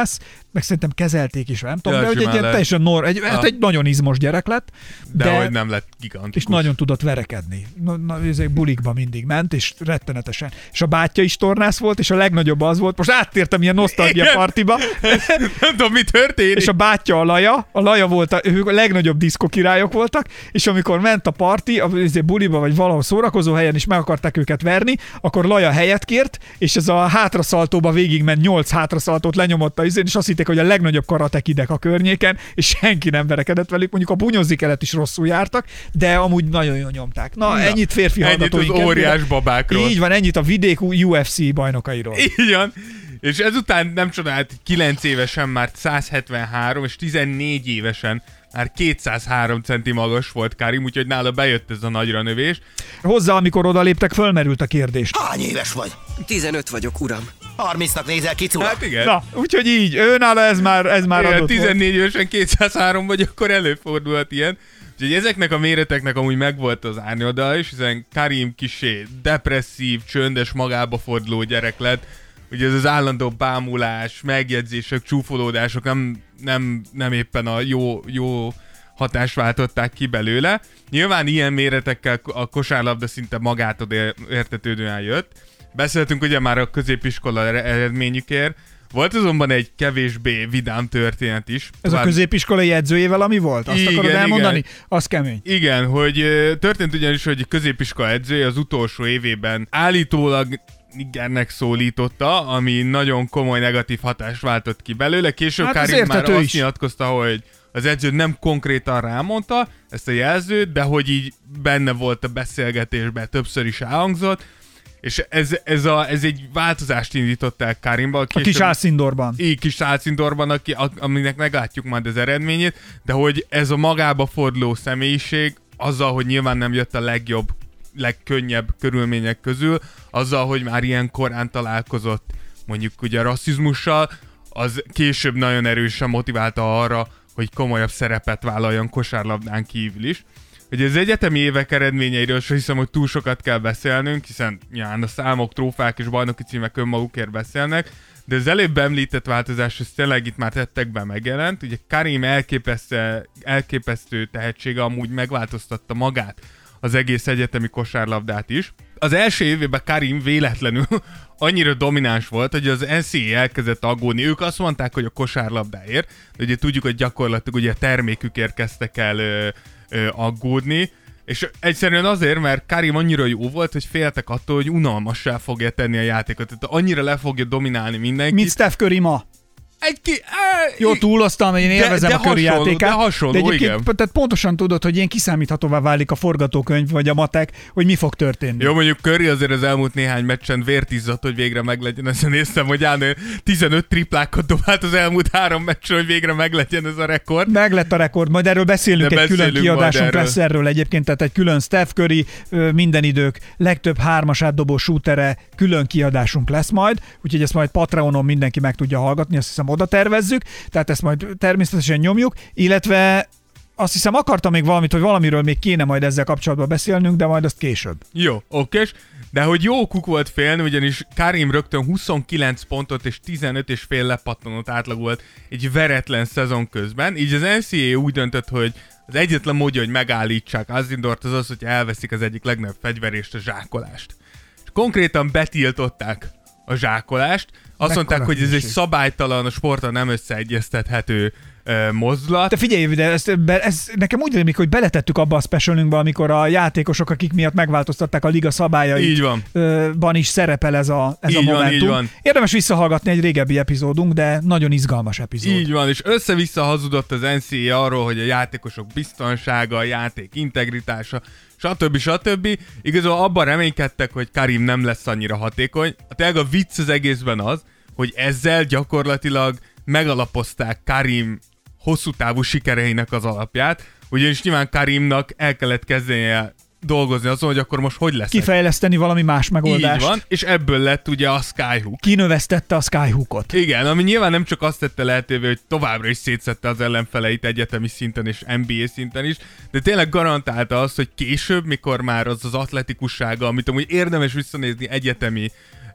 meg szerintem kezelték is, nem tudom, Ja, de hogy egy simán ilyen lehet. teljesen nor, egy, hát Ah. egy nagyon izmos gyerek lett, De, de, hogy nem lett gigantikus. és nagyon tudott verekedni. Na, na, ezek bulikba mindig ment, és rettenetesen. És a bátyja is tornász volt, és a legnagyobb az volt, most áttértem ilyen nosztalgia Igen. partiba, Nem tudom, mi történik. és a bátyja a Laja, a Laja volt, a, ők a legnagyobb diszkokirályok voltak, és amikor ment a parti, a azért buliba vagy valahol szórakozó helyen is meg akarták őket verni, akkor Laja helyet kért, és ez a hátraszaltóba végigment, nyolc hátraszaltót lenyomott a izén, és azt hitték, hogy a legnagyobb karatekidek a környéken, és senki nem verekedett velük, mondjuk a bunyozik elet is rosszul jártak, de amúgy nagyon jól nyomták. Na, Na, ennyit férfi ennyit hallgatóink. az óriás babákról. Így van, ennyit a vidék U F C bajnokairól. Így van. És ezután nem csodált, kilenc évesen már száz hetvenhárom, és tizennégy évesen már kétszázhárom centi magas volt Karim, úgyhogy nála bejött ez a nagyra növés. Hozzá, amikor odaléptek, fölmerült a kérdés. Hány éves vagy? tizenöt vagyok, uram. harmincnak nézel ki, cura? Hát igen. Na, úgyhogy így, őnála ez már, ez már Igen, adott volt. tizennégy évesen kétszázhárom vagy, akkor előfordulhat ilyen. Úgyhogy ezeknek a méreteknek amúgy megvolt az árnyoldala is, hiszen Karim kisé depresszív, csöndes, magába forduló gyerek lett. Ugye ez az állandó bámulás, megjegyzések, csúfolódások nem, nem, nem éppen a jó, jó hatást váltották ki belőle. Nyilván ilyen méretekkel a kosárlabda szinte magától értetődően jött. Beszéltünk ugye már a középiskola eredményükért. Volt azonban egy kevésbé vidám történet is. Ez a középiskolai edzőjével, ami volt? Azt Igen, akarod elmondani? igen. Az kemény. Igen, hogy ö, történt ugyanis, hogy a középiskola edzője az utolsó évében állítólag Nigernek szólította, ami nagyon komoly negatív hatást váltott ki belőle. Később Hát ez Karim már érthető azt is. nyilatkozta, hogy az edző nem konkrétan rámondta ezt a jelzőt, de hogy így benne volt a beszélgetésben, többször is elhangzott, és ez, ez, a, ez egy változást indított el Karimba. A kis Álszindorban. Így kis Álszindorban, aki, aminek meglátjuk majd az eredményét, de hogy ez a magába forduló személyiség, azzal, hogy nyilván nem jött a legjobb, legkönnyebb körülmények közül, azzal, hogy már ilyen korán találkozott mondjuk ugye a rasszizmussal, az később nagyon erősen motiválta arra, hogy komolyabb szerepet vállaljon kosárlabdán kívül is. Ugye az egyetemi évek eredményeiről sem hiszem, hogy túl sokat kell beszélnünk, hiszen nyilván a számok, trófák és bajnoki címek önmagukért beszélnek, de az előbb említett változás, ez tényleg itt már tettekben megjelent. Ugye Karim elképesztő, elképesztő tehetsége amúgy megváltoztatta magát az egész egyetemi kosárlabdát is. Az első évében Karim véletlenül annyira domináns volt, hogy az en cé á á elkezdett aggódni. Ők azt mondták, hogy a kosárlabdáért, de ugye tudjuk, hogy gyakorlatilag ugye a termékükért kezdtek el ö, ö, aggódni, és egyszerűen azért, mert Karim annyira jó volt, hogy féltek attól, hogy unalmassá fogja tenni a játékot. Tehát annyira le fogja dominálni mindenkit. Mint Steph Curry ma. Egy ki... Á, Jó, túloztam, én élvezem de a Curry hasonló, játékát. de hasonló, de egyébként igen. tehát pontosan tudod, hogy ilyen kiszámíthatóvá válik a forgatókönyv, vagy a matek, hogy mi fog történni. Jó, mondjuk Curry azért az elmúlt néhány meccsen vért izzadt, hogy végre meglegyen. Ezt néztem, hogy állna tizenöt triplákat dobált az elmúlt három meccsen, hogy végre meglegyen ez a rekord. Meg lett a rekord, majd erről beszélünk, De egy külön beszélünk kiadásunk majd erről. lesz erről egyébként, tehát egy külön Steph Curry, ö, minden idők legtöbb hármasát dobó shootere, külön kiadásunk lesz majd, úgyhogy ezt majd Patreonon mindenki meg tudja hallgatni, azt hiszem oda tervezzük, tehát ezt majd természetesen nyomjuk, illetve azt hiszem akartam még valamit, hogy valamiről még kéne majd ezzel kapcsolatban beszélnünk, de majd azt később. Jó, okés. De hogy jó okuk volt félni, ugyanis Karim rögtön huszonkilenc pontot és tizenöt és fél lepattanót átlagolt egy veretlen szezon közben, így az en cé á á úgy döntött, hogy az egyetlen módja, hogy megállítsák Álszindort, az az, hogy elveszik az egyik legnagyobb fegyverést, a zsákolást. És konkrétan betiltották a zsákolást, azt Mekkora mondták, hogy ez egy hülyeség. szabálytalan, a sporttal nem összeegyeztethető uh, mozdulat. Te figyelj, de ezt, be, ez nekem úgy rémlik, hogy beletettük abba a specialünkbe, amikor a játékosok, akik miatt megváltoztatták a liga szabályait, Így van. ö, ban is szerepel ez a, ez Így a van, momentum. így van. Érdemes visszahallgatni egy régebbi epizódunk, de nagyon izgalmas epizód. Így van, és össze-vissza hazudott az en cé á á arról, hogy a játékosok biztonsága, a játék integritása, stb. stb. Igazából abban reménykedtek, hogy Karim nem lesz annyira hatékony. A tényleg a vicc az egészben az, hogy ezzel gyakorlatilag megalapozták Karim hosszú távú sikereinek az alapját, ugyanis nyilván Karimnak el kellett kezdenie dolgozni azon, hogy akkor most hogy lesz. Kifejleszteni valami más megoldást. Így van, és ebből lett ugye a Skyhook. Kinövesztette a Skyhookot. Igen, ami nyilván nem csak azt tette lehetővé, hogy továbbra is szétszette az ellenfeleit egyetemi szinten és en bé á szinten is, de tényleg garantálta azt, hogy később, mikor már az az atletikussága, amit amúgy érdemes visszanézni egyetemi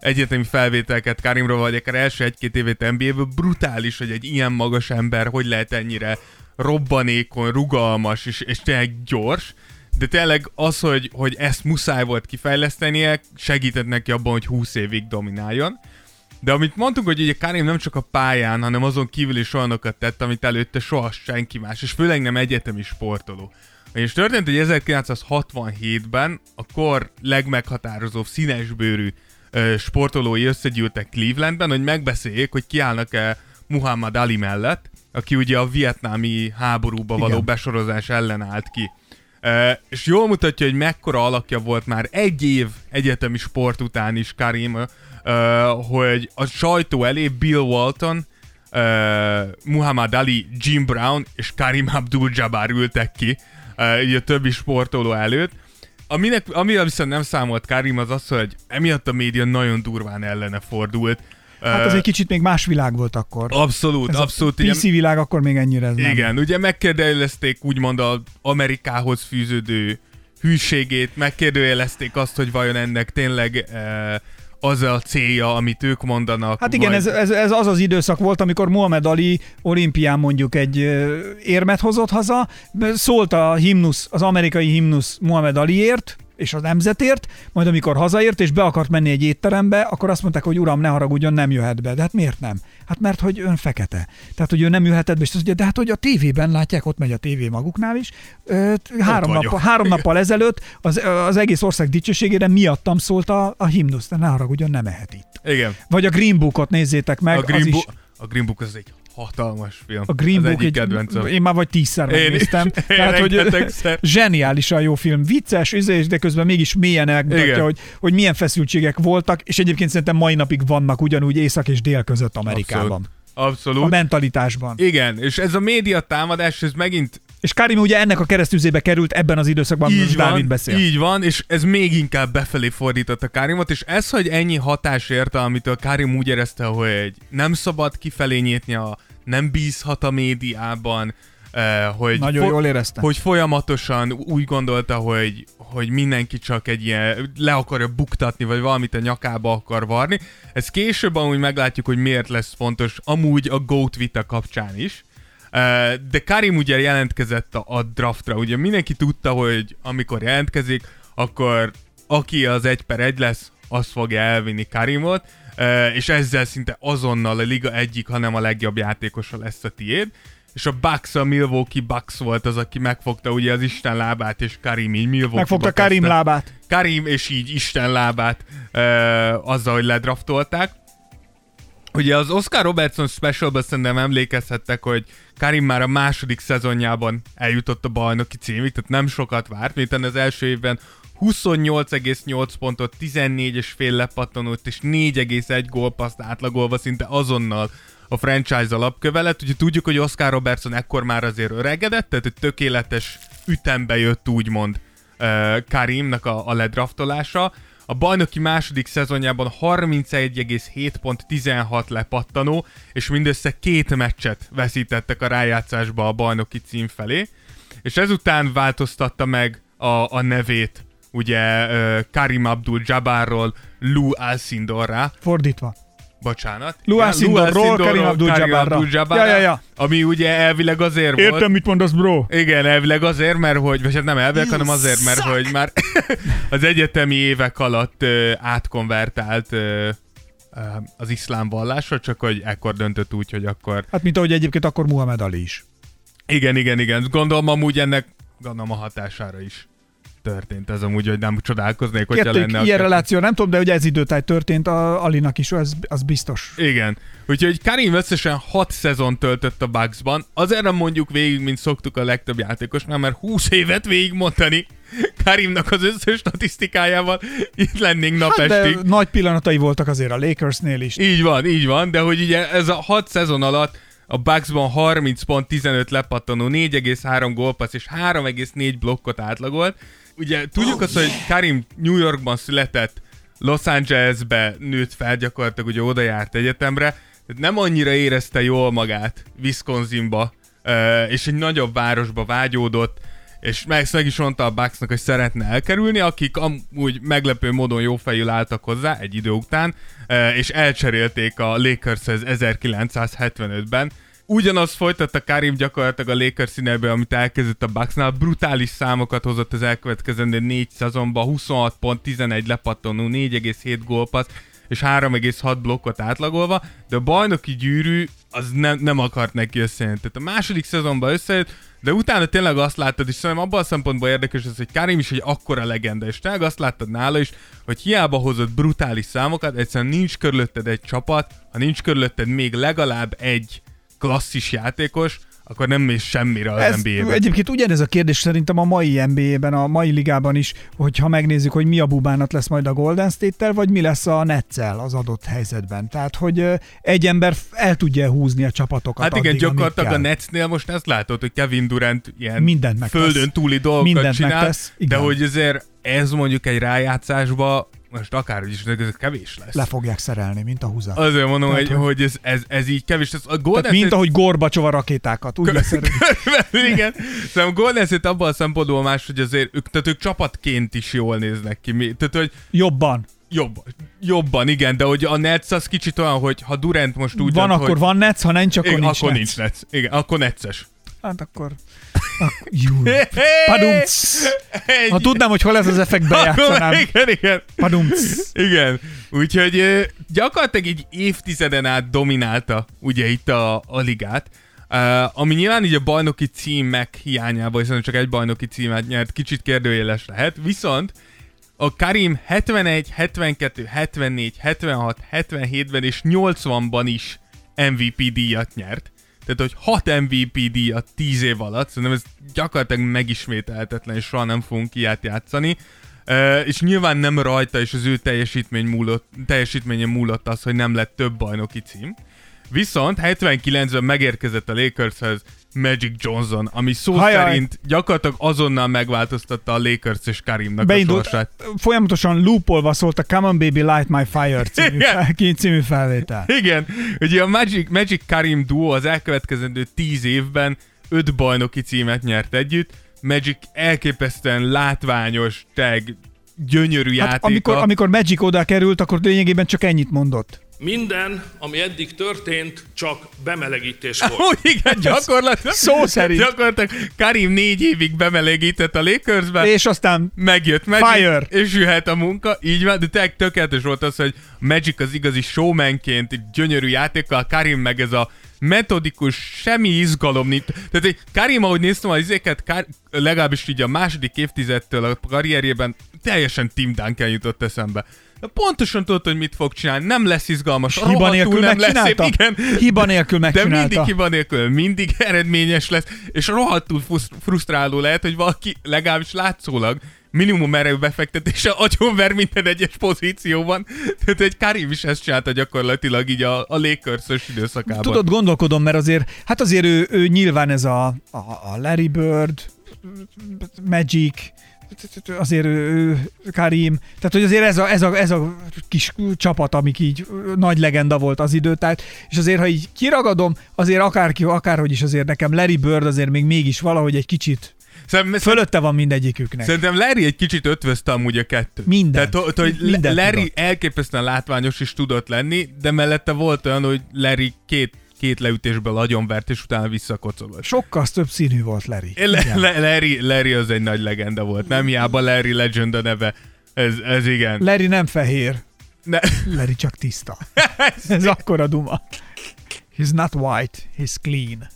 egyetemi felvételket Karimról, vagy akár első egy-két évét en bé á-ből, brutális, hogy egy ilyen magas ember hogy lehet ennyire robbanékony, rugalmas és, és tényleg gyors, de tényleg az, hogy, hogy ezt muszáj volt kifejlesztenie, segített neki abban, hogy húsz évig domináljon. De amit mondtunk, hogy ugye Karim nem csak a pályán, hanem azon kívül is olyanokat tett, amit előtte soha senki más, és főleg nem egyetemi sportoló. És történt, hogy ezerkilencszázhatvanhétben a kor legmeghatározóbb színesbőrű ö, sportolói összegyűltek Clevelandben, hogy megbeszéljék, hogy kiállnak-e Muhammad Ali mellett, aki ugye a vietnámi háborúba való Igen. besorozás ellen állt ki. Uh, és jól mutatja, hogy mekkora alakja volt már egy év egyetemi sport után is Karim, uh, hogy a sajtó elé Bill Walton, uh, Muhammad Ali, Jim Brown és Karim Abdul-Jabbar ültek ki, uh, így a többi sportoló előtt. Aminek, amivel viszont nem számolt Karim, az az, hogy emiatt a média nagyon durván ellene fordult. Hát az egy kicsit még más világ volt akkor. Abszolút, ez abszolút. A pé cé világ akkor még ennyire ez nem. Igen, ugye megkérdőjelezték úgymond az Amerikához fűződő hűségét, megkérdőjelezték azt, hogy vajon ennek tényleg e, az a célja, amit ők mondanak. Hát igen, vagy... ez, ez, ez az az időszak volt, amikor Muhammad Ali olimpián mondjuk egy érmet hozott haza, szólt a himnusz, az amerikai himnusz Muhammad Aliért, és a nemzetért, majd amikor hazaért, és be akart menni egy étterembe, akkor azt mondták, hogy uram, ne haragudjon, nem jöhet be. De hát miért nem? Hát mert, hogy ön fekete. Tehát, hogy ő nem jöhetett be, és azt mondja, de hát, hogy a tévében látják, ott megy a tévé maguknál is. Három, nappal, három nappal ezelőtt az, az egész ország dicsőségére miattam szólt a, a himnusz, de ne haragudjon, nem mehet itt. Igen. Vagy a Green Bookot nézzétek meg. A Green, az Bo- is... a Green Book az egy hatalmas film. A Green az Book egy, kedvencem. én már vagy tízszer megnéztem. Tehát, hogy zseniálisan jó film. Vicces, de közben mégis mélyen elmutatja, hogy, hogy milyen feszültségek voltak, és egyébként szerintem mai napig vannak ugyanúgy észak és dél között Amerikában. Abszolút. Abszolút. A mentalitásban. Igen, és ez a média támadás, ez megint... És Karim ugye ennek a keresztüzébe került ebben az időszakban, így van, Dávid beszél. Így van, és ez még inkább befelé fordította Karimot, és ez, hogy ennyi hatás érte, amitől Karim úgy érezte, hogy nem szabad kifelé nyitnia, nem bízhat a médiában, eh, hogy, Nagyon fo- jól érezte. hogy folyamatosan úgy gondolta, hogy, hogy mindenki csak egy ilyen le akarja buktatni, vagy valamit a nyakába akar varni. Ez később amúgy meglátjuk, hogy miért lesz fontos, amúgy a GOAT vita kapcsán is. De Karim ugye jelentkezett a, a draftra, ugye mindenki tudta, hogy amikor jelentkezik, akkor aki az egy per egy lesz, az fogja elvinni Karimot, és ezzel szinte azonnal a liga egyik, hanem a legjobb játékosa lesz a tiéd. És a Bucks, a Milwaukee Bucks volt az, aki megfogta ugye az Isten lábát, és Karim így Milwaukee-ba megfogta Karim kezdte. lábát. Karim, és így Isten lábát azzal, hogy ledraftolták. Ugye az Oscar Robertson Specialban szerintem emlékezhettek, hogy Karim már a második szezonjában eljutott a bajnoki címig, tehát nem sokat várt, miután az első évben huszonnyolc egész nyolc pontot, tizennégy egész öt lepattanót és négy egész egy gólpasszt átlagolva szinte azonnal a franchise alapköve lett. Ugye tudjuk, hogy Oscar Robertson ekkor már azért öregedett, tehát egy tökéletes ütembe jött úgymond uh, Karimnak a, a ledraftolása. A bajnoki második szezonjában harmincegy egész hét pont, tizenhat lepattanó, és mindössze két meccset veszítettek a rájátszásba a bajnoki cím felé, és ezután változtatta meg a, a nevét, ugye uh, Karim Abdul-Jabbarról Lou Alcindorra. Fordítva. Bocsánat. Lou Alcindorról Karim Abdul-Jabbarra. Abdul ja, ja, ja. Ami ugye elvileg azért Értem, volt... Értem, mit mondasz, bro. Igen, elvileg azért, mert hogy... Vagy hát nem elvileg, hanem azért, mert hogy már az egyetemi évek alatt uh, átkonvertált uh, uh, az iszlám vallásra, csak hogy ekkor döntött úgy, hogy akkor... Hát mint ahogy egyébként akkor Muhammad Ali is. Igen, igen, igen. Gondolom amúgy ennek gondolom a hatására is történt ez amúgy, hogy nem csodálkoznék, hogyha Kettők lenne... ilyen a... reláció, nem tudom, de ugye ez időtáj történt a Alinak is, az, az biztos. Igen. Úgyhogy Karim összesen hat szezon töltött a Bucksban. Azért nem mondjuk végig, mint szoktuk a legtöbb játékosnál, mert húsz évet végigmondani Karimnak az összes statisztikájával, itt lennénk napestig. Hát de nagy pillanatai voltak azért a Lakersnél is. Így van, így van, de hogy ugye ez a hat szezon alatt a Bucksban harminc pont, tizenöt lepattanó, négy egész három gólpassz és három egész négy blokkot átlagolt. Ugye tudjuk azt, hogy Karim New Yorkban született, Los Angelesbe nőtt fel, gyakorlatilag ugye oda járt egyetemre, tehát nem annyira érezte jól magát Wisconsinba, és egy nagyobb városba vágyódott, és meg, meg is mondta a Bucksnak, hogy szeretne elkerülni, akik amúgy meglepő módon jó fejül álltak hozzá egy idő után, és elcserélték a Lakershez ezerkilencszázhetvenötben. Ugyanaz folytatta Karim gyakorlatilag a Lakers színeiben, amit elkezdett a Bucksnál. Brutális számokat hozott az elkövetkezendő négy szezonban, huszonhat pont, tizenegy lepattanó, négy egész hét gólpassz, és három egész hat blokkot átlagolva, de a bajnoki gyűrű az nem, nem akart neki összejönni. Tehát a második szezonban összejött, de utána tényleg azt láttad, és szerintem abban a szempontból érdekes az, hogy Karim is egy akkora legenda, és tényleg azt láttad nála is, hogy hiába hozott brutális számokat, egyszerűen nincs körülötted egy csapat, ha nincs körülötted még legalább egy klasszis játékos, akkor nem mész semmire az ez en bé á-ben. Egyébként ugyanez a kérdés szerintem a mai en bé á-ben, a mai ligában is, hogyha megnézzük, hogy mi a bubánat lesz majd a Golden State-tel, vagy mi lesz a Netszel az adott helyzetben. Tehát, hogy egy ember el tudja húzni a csapatokat. Hát igen, addig, gyakorlatilag a Netsnél most ezt látod, hogy Kevin Durant ilyen földön túli dolgokat mindent csinál, megtesz, de hogy azért ez mondjuk egy rájátszásba most akárhogy is, ez kevés lesz. Le fogják szerelni, mint a húzat. Azért mondom, Tehát, hogy, hogy ez, ez, ez így kevés lesz. A Golden mint State... ahogy Gorbacsov a rakétákat, úgy leszerelni. Igen. Szóval a Golden State abban a szempontból más, hogy azért ők, tehát ők csapatként is jól néznek ki. Tehát, hogy Jobban. Jobban, jobban, igen, de hogy a Nets az kicsit olyan, hogy ha Durant most úgy van, dönt, akkor hogy... van Nets, ha nincs, akkor igen, nincs akkor Nets. nincs Nets. Igen, akkor Netses. Hát akkor... akkor jó. Padumc. Ha tudnám, hogy hol lesz az effekt, bejátszanám. Igen, igen. Padumc. Igen. Úgyhogy gyakorlatilag egy évtizeden át dominálta ugye itt a, a ligát. Uh, ami nyilván így a bajnoki címek hiányában, hiszen csak egy bajnoki címet nyert, kicsit kérdőjeles lehet. Viszont a Karim hetvenegy, hetvenkettő, hetvennégy, hetvenhat, hetvenhétben és nyolcvanban is em vé pé díjat nyert. Tehát, hogy hat em vé pé díjat tíz év alatt, szerintem ez gyakorlatilag megismételhetetlen, és soha nem fogunk ilyet játszani. Uh, és nyilván nem rajta és az ő teljesítmény múlott, teljesítménye múlott az, hogy nem lett több bajnoki cím. Viszont hetvenkilencben megérkezett a Lakershez Magic Johnson, ami szó Hajaj. szerint gyakorlatilag azonnal megváltoztatta a Lakers és Karimnak Beindult, a sorsát. folyamatosan loopolva szólt a Come on Baby Light My Fire című, fel, című felvétel. Igen, ugye a Magic, Magic Karim duo az elkövetkezendő tíz évben öt bajnoki címet nyert együtt. Magic elképesztően látványos, tag, gyönyörű Hát játéka. amikor, amikor Magic oda került, akkor lényegében csak ennyit mondott. Minden, ami eddig történt, csak bemelegítés volt. Ó, igen, gyakorlatilag. Szó szerint. Gyakorlatilag Karim négy évig bemelegített a Lakersbe. És aztán megjött Magic, Fire. és jöhet a munka. Így van, de tényleg tökéletes volt az, hogy Magic az igazi showmanként, egy gyönyörű játékkal, Karim meg ez a metodikus, semmi izgalom nincs. Tehát egy Karim, ahogy néztem az izéket, Kar- legalábbis így a második évtizedtől a karrierjében teljesen Tim Duncan jutott eszembe. De pontosan tudod, hogy mit fog csinálni, nem lesz izgalmas, hiba nélkül nem lesz szép, megcsinálta? igen. Hiba nélkül De megcsinálta. mindig hiba nélkül, mindig eredményes lesz, és rohadtul frusztráló lehet, hogy valaki legalábbis látszólag minimum erő befektetése agyonver minden egyes pozícióban. Tehát egy Karim is ezt csinálta gyakorlatilag így a, a Lakers-ös időszakában. Tudod, gondolkodom, mert azért, hát azért ő, ő nyilván ez a, a, a Larry Bird, Magic, azért ő, ő, Karim, tehát hogy azért ez a, ez, a, ez a kis csapat, amik így nagy legenda volt az időtájt, és azért, ha így kiragadom, azért akárki, akárhogy is azért nekem Larry Bird azért még mégis valahogy egy kicsit Szerintem, fölötte van mindegyiküknek. Szerintem Larry egy kicsit ötvözte amúgy a kettőt. Minden. Tehát, hogy Mindent Larry tudott. elképesztően látványos is tudott lenni, de mellette volt olyan, hogy Larry két, két leütésből agyonvert, és utána visszakocogott. Sokkal több színű volt Larry. Le- Le- Larry, Larry az egy nagy legenda volt. Nem hiába Larry Legend a neve. Ez, ez igen. Larry nem fehér. Ne. Larry csak tiszta. Ez akkora duma. He's not white, he's clean.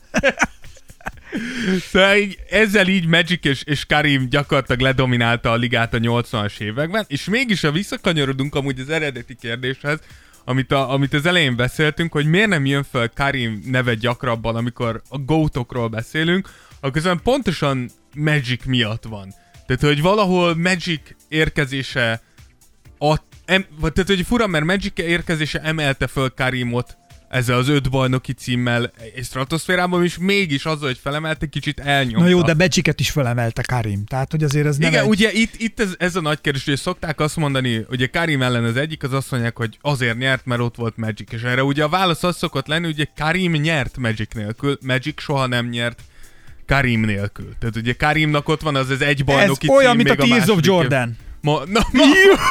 Szóval így, ezzel így Magic és, és Karim gyakorlatilag ledominálta a ligát a nyolcvanas években, és mégis ha visszakanyarodunk amúgy az eredeti kérdéshez, amit, a, amit az elején beszéltünk, hogy miért nem jön fel Karim neve gyakrabban, amikor a gótokról beszélünk, akkor közben pontosan Magic miatt van. Tehát, hogy valahol Magic érkezése a, em, tehát, hogy fura, mert Magic érkezése emelte föl Karimot ezzel az öt bajnoki címmel egy stratoszférában, és mégis azzal, hogy felemelte, kicsit elnyomta. Na jó, de Magicet is felemelte Karim. Tehát, hogy azért ez nem Igen, egy... ugye itt, itt ez, ez a nagy kérdés, hogy szokták azt mondani, hogy a Karim ellen az egyik, az azt mondják, hogy azért nyert, mert ott volt Magic. És erre ugye a válasz az szokott lenni, hogy Karim nyert Magic nélkül, Magic soha nem nyert Karim nélkül. Tehát ugye Karimnak ott van az az egy bajnoki Ez olyan, cím, mint a még Tears of második év. Jordan. Ma, na, na,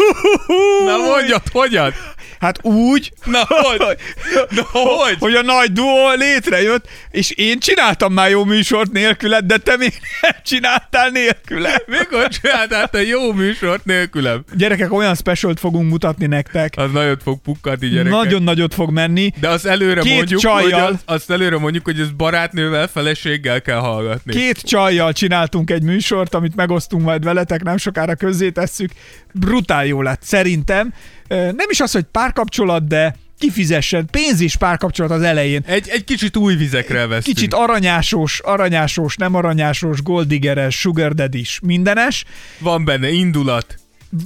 na mondjad, hogyan? Hát úgy, Na hogy? Na hogy? hogy a nagy duó létrejött, és én csináltam már jó műsort nélküled, de te még nem csináltál nélküle. Mikor csináltál te jó műsort nélkülem? Gyerekek, olyan specialt fogunk mutatni nektek. Az nagyot fog pukkadni, gyerekek. Nagyon nagyot fog menni. De azt előre Két mondjuk, csajjal. hogy az, azt előre mondjuk, hogy ez barátnővel, feleséggel kell hallgatni. Két csajjal csináltunk egy műsort, amit megosztunk majd veletek, nem sokára közzétesszük. Brutál jó lett, szerintem. Nem is az, hogy párkapcsolat, de kifizessen, pénz és párkapcsolat az elején. Egy, egy kicsit új vizekre vesztünk. Kicsit aranyásos, aranyásos, nem aranyásos, goldigeres, sugar daddy-s, mindenes. Van benne indulat,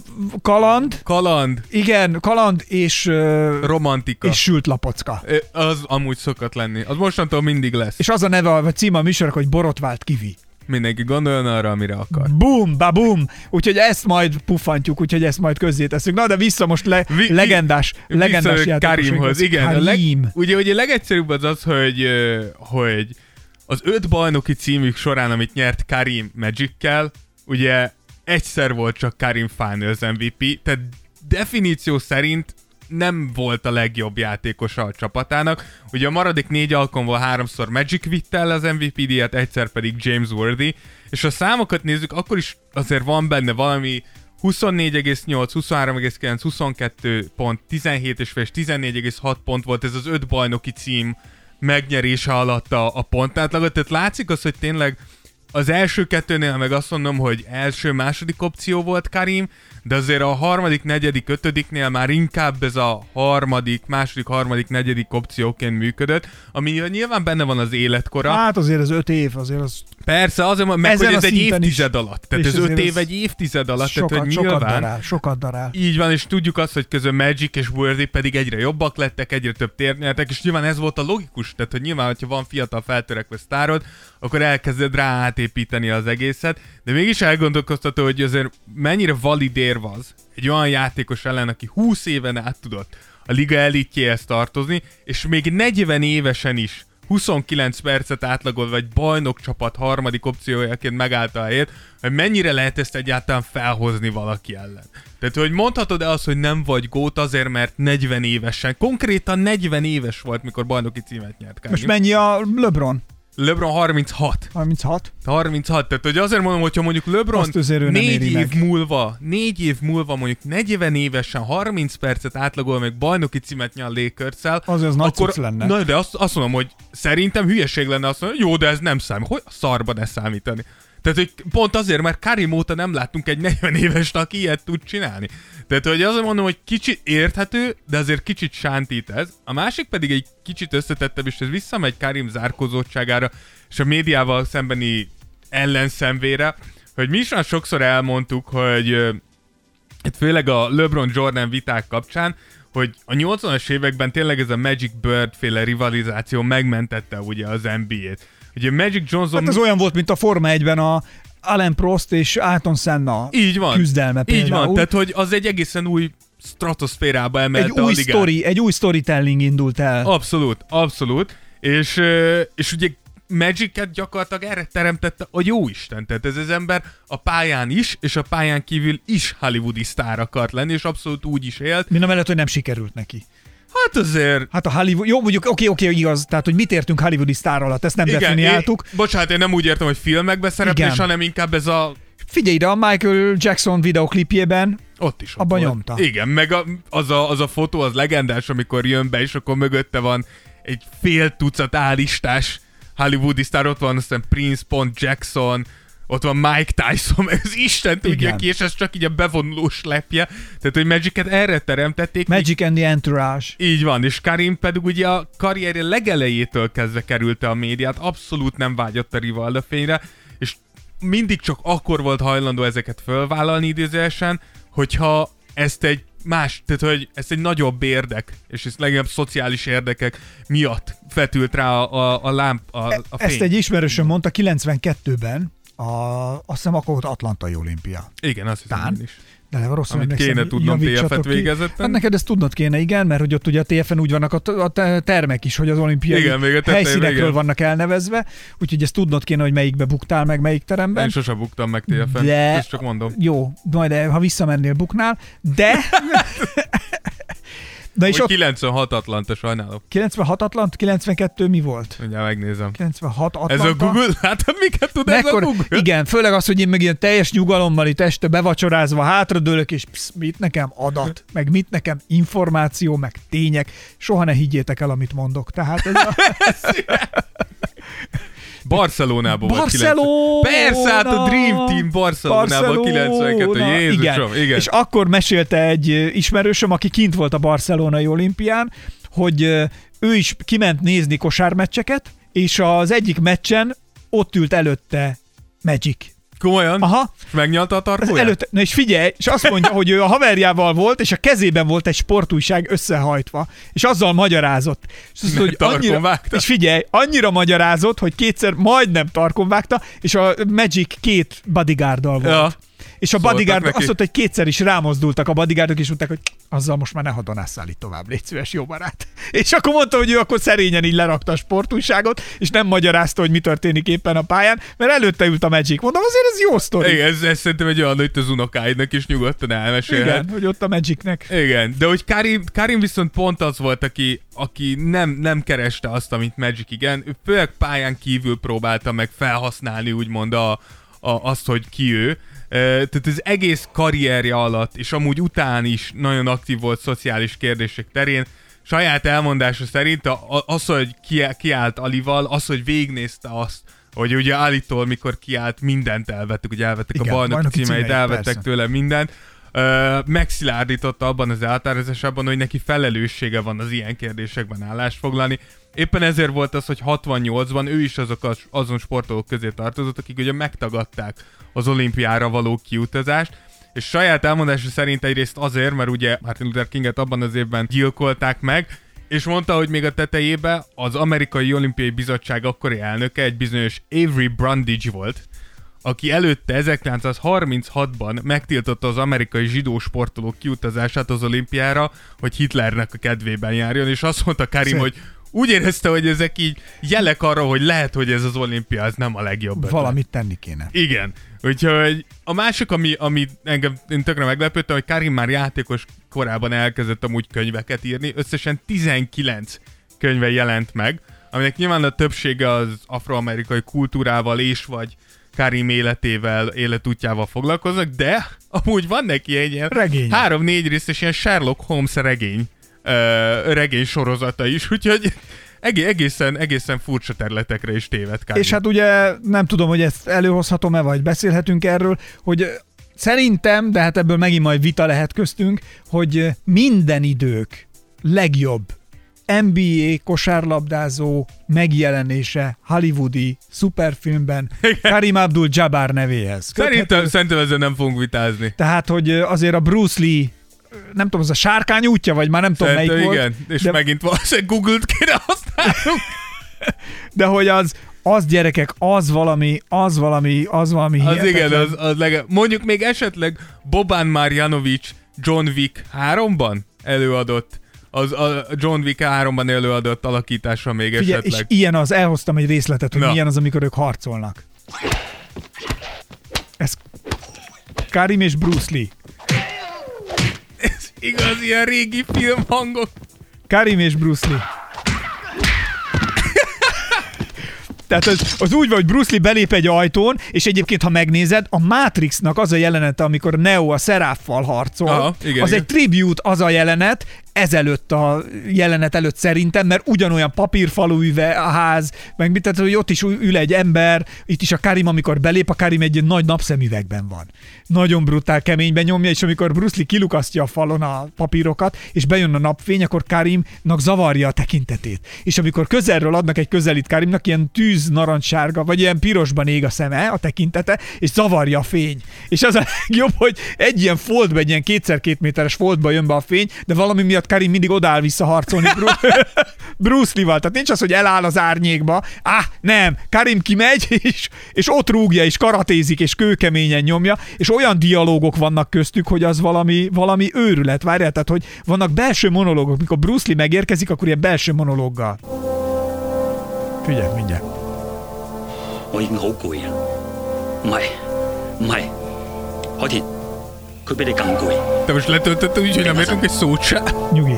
Kaland, kaland, igen, kaland és, uh, romantika. és sült lapocka. Ö, Az amúgy szokott lenni. Az mostantól mindig lesz. És az a neve, vagy címe a műsornak, hogy borotvált kivi. Mindenki gondoljon arra, amire akar. Bum, babum! Úgyhogy ezt majd puffantjuk, úgyhogy ezt majd közzétesszük. Na, de vissza most le, Vi- vi- legendás, legendás Vissza Karimhoz. Igen, a leg, Karim. ugye, ugye a legegyszerűbb az az, hogy, ö, hogy az öt bajnoki címük során, amit nyert Karim Magic-kel, ugye egyszer volt csak Karim Finals em vé pé, tehát definíció szerint nem volt a legjobb játékosa a csapatának. Ugye a maradék négy alkalommal háromszor Magic vitte el az em vé pé díjat, egyszer pedig James Worthy, és ha a számokat nézzük, akkor is azért van benne valami huszonnégy egész nyolc, huszonhárom egész kilenc, huszonkettő pont, tizenhét egész öt és tizennégy egész hat pont volt ez az öt bajnoki cím megnyerése alatt a, a pontátlagot, tehát látszik az, hogy tényleg az első kettőnél meg azt mondom, hogy első-második opció volt Karim, de azért a harmadik, negyedik, ötödiknél már inkább ez a harmadik, második, harmadik, negyedik opcióként működött, ami nyilván benne van az életkora. Hát azért az öt év, azért az Persze, azért, meg Ezen hogy a ez egy szinten évtized is. alatt. Tehát És ez öt azért év az egy évtized alatt, sokat, tehát hogy sokat nyilván... darál, sokat darál. Így van, és tudjuk azt, hogy közben Magic és Worthy pedig egyre jobbak lettek, egyre több tért nyertek, és nyilván ez volt a logikus, tehát hogy nyilván, hogyha van fiatal feltörekvő sztárod, akkor elkezded rá átépíteni az egészet, de mégis elgondolkoztató, hogy azért mennyire valid érv az egy olyan játékos ellen, aki húsz éven át tudott a liga elitjéhez tartozni, és még negyven évesen is huszonkilenc percet átlagol, vagy bajnokcsapat harmadik opciójaként megállta a helyét, hogy mennyire lehet ezt egyáltalán felhozni valaki ellen. Tehát, hogy mondhatod-e azt, hogy nem vagy gót azért, mert negyven évesen, konkrétan negyven éves volt, mikor bajnoki címet nyert Karim. Most mennyi a LeBron? LeBron harminchat. harminchat? harminchat, tehát hogy azért mondom, hogyha mondjuk LeBron Azt azért ő nem négy éri év meg. múlva, négy év múlva mondjuk negyven évesen harminc percet átlagol, meg bajnoki címet nyer a Lakers-szel, Az az nagy akkor, cucc lenne. Na, de azt, azt mondom, hogy szerintem hülyeség lenne azt mondani, jó, de ez nem számít. Hogy a szarba ne számítani? Tehát, hogy pont azért, mert Karim óta nem láttunk egy negyven évest, aki ilyet tud csinálni. Tehát, hogy azért mondom, hogy kicsit érthető, de azért kicsit sántít ez. A másik pedig egy kicsit összetettebb, és ez visszamegy Karim zárkózottságára, és a médiával szembeni ellenszenvére, hogy mi is már sokszor elmondtuk, hogy ö, hát főleg a LeBron-Jordan viták kapcsán, hogy a nyolcvanas években tényleg ez a Magic Bird féle rivalizáció megmentette ugye az en bé á-t. Ugye Magic Johnson... Hát ez olyan volt, mint a Forma egyben a Alain Prost és Ayrton Senna így van, küzdelme például. Így van, tehát hogy az egy egészen új stratoszférába emelte egy új a ligát. story, egy új storytelling indult el. Abszolút, abszolút. És, ö, és ugye Magic-et gyakorlatilag erre teremtette a jóisten. Tehát ez az ember a pályán is, és a pályán kívül is hollywoodi sztár akart lenni, és abszolút úgy is élt. Mind a mellett, hogy nem sikerült neki. Hát azért... Hát a Hollywood, jó, mondjuk oké, oké, igaz, tehát hogy mit értünk hollywoodi sztár alatt, ezt nem Igen, definiáltuk. Én, bocsánat, én nem úgy értem, hogy filmekbe szereplés, Igen. hanem inkább ez a... Figyelj ide, a Michael Jackson videoklipjében Ott is ott abban volt. nyomta. Igen, meg a, az, a, az a fotó, az legendás, amikor jön be, és akkor mögötte van egy fél tucat állistás hollywoodi sztár, ott van aztán Prince, Pont Jackson, ott van Mike Tyson, meg az Isten tudja Igen. ki, és ez csak így a bevonulós lepje. Tehát, hogy Magic-et erre teremtették. Magic and the Entourage. Így van, és Karim pedig ugye a karrierje legelejétől kezdve kerülte a médiát, abszolút nem vágyott a Rivalda fényre, és mindig csak akkor volt hajlandó ezeket fölvállalni idézőesen, hogyha ezt egy más, tehát hogy ezt egy nagyobb érdek, és ez legalább szociális érdekek miatt fetült rá a, a, a lámp, a, a fény. Ezt egy ismerősöm mondta kilencvenkettőben, a, azt hiszem akkor volt Atlantai olimpia. Igen, azt hiszem Tán. én is. De rosszul amit emlékszem, kéne tudnom té ef et javítsatok ki. végezetten. Hát neked ezt tudnod kéne, igen, mert hogy ott ugye a té efen úgy vannak a, a termek is, hogy az olimpiai igen, még a tetején, helyszínekről igen. vannak elnevezve, úgyhogy ezt tudnod kéne, hogy melyikbe buktál meg, melyik teremben. Én sosem buktam meg té efen, De... ezt csak mondom. Jó, majd ha visszamennél, buknál, de... Na és Hogy ott kilencvenhat Atlanta, sajnálom. kilencvenhat Atlanta, kilencvenkettő mi volt? Mindjárt megnézem. kilencvenhat Atlanta. Ez a Google? Látod, miket tud Mekkora, ez a Google? igen, főleg az, hogy én meg ilyen teljes nyugalommal itt este bevacsorázva hátradőlök, és psz, mit nekem adat, meg mit nekem információ, meg tények. Soha ne higgyétek el, amit mondok. Tehát ez a... Barcelonában volt Barcelona! Persze, hát a Dream Team Barcelonában kilencvenkettő. Jézusom, igen. igen. És akkor mesélte egy ismerősöm, aki kint volt a barcelonai olimpián, hogy ő is kiment nézni kosármeccseket, és az egyik meccsen ott ült előtte Magic. Komolyan? Aha. És megnyalta a tarkóját? Előtte, na és figyelj, és azt mondja, hogy ő a haverjával volt, és a kezében volt egy sportújság összehajtva, és azzal magyarázott. És, azt, hogy annyira, vágta. és figyelj, annyira magyarázott, hogy kétszer majdnem tarkon vágta, és a Magic két bodyguarddal volt. Ja. És a Szóltak bodyguard neki. azt mondta, hogy kétszer is rámozdultak a bodyguardok, és mondták, hogy azzal most már ne hadonásszál itt tovább, légy szíves, jó barát. És akkor mondta, hogy ő akkor szerényen így lerakta a sportújságot, és nem magyarázta, hogy mi történik éppen a pályán, mert előtte ült a Magic. Mondom, azért ez jó sztori. Igen, ez, ez szerintem egy olyan, hogy az unokáidnak is nyugodtan elmesélhet. Igen, hogy ott a Magicnek. Igen, de hogy Karim, Karim viszont pont az volt, aki, aki nem, nem kereste azt, amit Magic, igen. Ő főleg pályán kívül próbálta meg felhasználni, úgymond a, a, azt, hogy ki ő. Uh, tehát az egész karrierje alatt, és amúgy után is nagyon aktív volt szociális kérdések terén. Saját elmondása szerint a, a, az, hogy ki, kiállt Alival, az, hogy végignézte azt, hogy ugye Alitól, mikor kiállt, mindent elvettek, ugye elvettek igen, a bajnoki címeit, elvettek persze. tőle mindent. Uh, megszilárdította abban az elhatározásában, hogy neki felelőssége van az ilyen kérdésekben állást foglalni. Éppen ezért volt az, hogy hatvannyolcban ő is azok az, azon sportolók közé tartozott, akik ugye megtagadták az olimpiára való kiutazást, és saját elmondása szerint egyrészt azért, mert ugye Martin Luther Kinget abban az évben gyilkolták meg, és mondta, hogy még a tetejében az Amerikai Olimpiai Bizottság akkori elnöke egy bizonyos Avery Brundage volt, aki előtte ezerkilencszázharminchatban megtiltotta az amerikai zsidó sportolók kiutazását az olimpiára, hogy Hitlernek a kedvében járjon, és azt mondta Karim, Szép. hogy úgy érezte, hogy ezek így jelek arra, hogy lehet, hogy ez az olimpia ez nem a legjobb ötlet. Valamit tenni kéne. Igen. Úgyhogy a másik, ami, ami engem én tökre meglepődtem, hogy Karim már játékos korában elkezdett amúgy könyveket írni. Összesen tizenkilenc könyve jelent meg, aminek nyilván a többsége az afroamerikai kultúrával és vagy Karim életével, életútjával foglalkoznak, de amúgy van neki egy ilyen Regény. három-négy részes ilyen Sherlock Holmes regény, ö, regény sorozata is, úgyhogy egé- egészen, egészen furcsa területekre is téved Karim. És hát ugye nem tudom, hogy ezt előhozhatom-e, vagy beszélhetünk erről, hogy szerintem, de hát ebből megint majd vita lehet köztünk, hogy minden idők legjobb en bé á kosárlabdázó megjelenése hollywoodi szuperfilmben Karim Abdul-Jabbar nevéhez. Szerintem, szerintem ezzel nem fogunk vitázni. Tehát, hogy azért a Bruce Lee, nem tudom, az a sárkány útja, vagy már nem tudom, Szerintem melyik igen, volt. és de, megint valószínűleg Google-t kéne használnunk. de hogy az, az gyerekek, az valami, az valami, az valami Az hihetetlen. igen, az, az leg... Mondjuk még esetleg Boban Marjanovic John Wick háromban előadott, az a John Wick háromban előadott alakítása még Figyelj, esetleg. és ilyen az, elhoztam egy részletet, hogy Na. milyen az, amikor ők harcolnak. Ez Karim és Bruce Lee. Ez igaz, ilyen régi filmhangok. Karim és Bruce Lee. Tehát az, az úgy van, hogy Bruce Lee belép egy ajtón, és egyébként, ha megnézed, a Matrixnak az a jelenete, amikor Neo a Seráffal harcol, Aha, igen, az igen. egy tribute az a jelenet, ezelőtt a jelenet előtt szerintem, mert ugyanolyan papírfalú üve a ház, meg mit, tehát, hogy ott is ül egy ember, itt is a Karim, amikor belép, a Karim egy nagy napszemüvegben van. Nagyon brutál keményben nyomja, és amikor Bruce Lee kilukasztja a falon a papírokat, és bejön a napfény, akkor Karimnak zavarja a tekintetét. És amikor közelről adnak egy közelít Karimnak, ilyen tűz narancssárga, vagy ilyen pirosban ég a szeme, a tekintete, és zavarja a fény. És az a legjobb, hogy egy ilyen foldba, egy ilyen kétszer két méteres foldba jön be a fény, de valami miatt miatt Karim mindig odáll vissza harcolni Bruce Lee-val. Tehát nincs az, hogy eláll az árnyékba. Á, nem, Karim kimegy, és, és ott rúgja, és karatézik, és kőkeményen nyomja, és olyan dialógok vannak köztük, hogy az valami, valami őrület. Várjál, tehát, hogy vannak belső monológok. Mikor Bruce Lee megérkezik, akkor ilyen belső monológgal. Figyelj, mindjárt. 我已經好攰啊！唔係，唔係，海鐵，佢比你更攰。 Te most letöltötted úgy, hogy nem értünk egy szót se. Nyugi.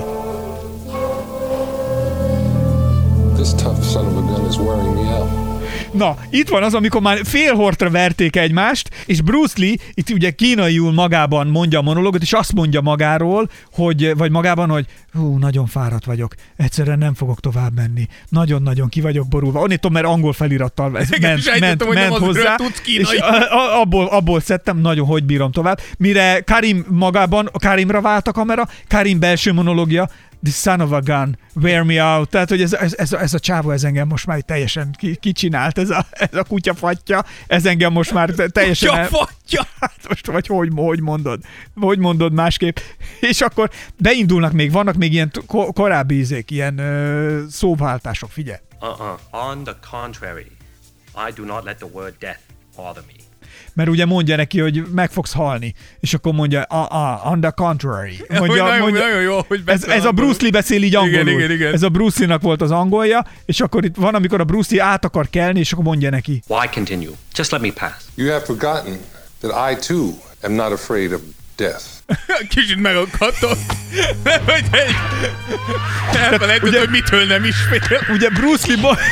This tough son of a gun is wearing me out. Na, itt van az, amikor már félhortra verték egymást, és Bruce Lee itt ugye kínaiul magában mondja a monológot, és azt mondja magáról, hogy, vagy magában, hogy hú, nagyon fáradt vagyok, egyszerűen nem fogok tovább menni, nagyon-nagyon ki vagyok borulva. Onnétom, mert angol felirattal ez Igen, ment, ment, ment hozzá, és abból, abból szedtem, nagyon hogy bírom tovább. Mire Karim magában, Karimra vált a kamera, Karim belső monológia, the son of a gun, wear me out. Tehát, hogy ez, ez, ez, ez a csávó, ez engem most már teljesen kicsinált, ez a, ez a kutyafatja, ez engem most már teljesen... Kutyafatja! Hát most, vagy hogy, hogy mondod? Hogy mondod másképp? És akkor beindulnak még, vannak még ilyen ko- korábbi ízék, ilyen ö, szóváltások, figyelj. Uh-uh. On the contrary, I do not let the word death bother me. Mert ugye mondja neki, hogy meg fogsz halni, és akkor mondja, ah, ah, on the contrary. Mondja, nagyon, mondja, nagyon jó, hogy ez, ez a Bruce Lee beszél így angolul. Igen, igen, igen. Ez a Bruce Lee-nak volt az angolja, és akkor itt van, amikor a Bruce Lee át akar kelni, és akkor mondja neki. Why continue? Just let me pass. You have forgotten that I too am not afraid of death. Kicsit megakadtott. Nem, hogy egy... Elfelejtett, hogy mitől nem is fél. Ugye Bruce Lee... Bo-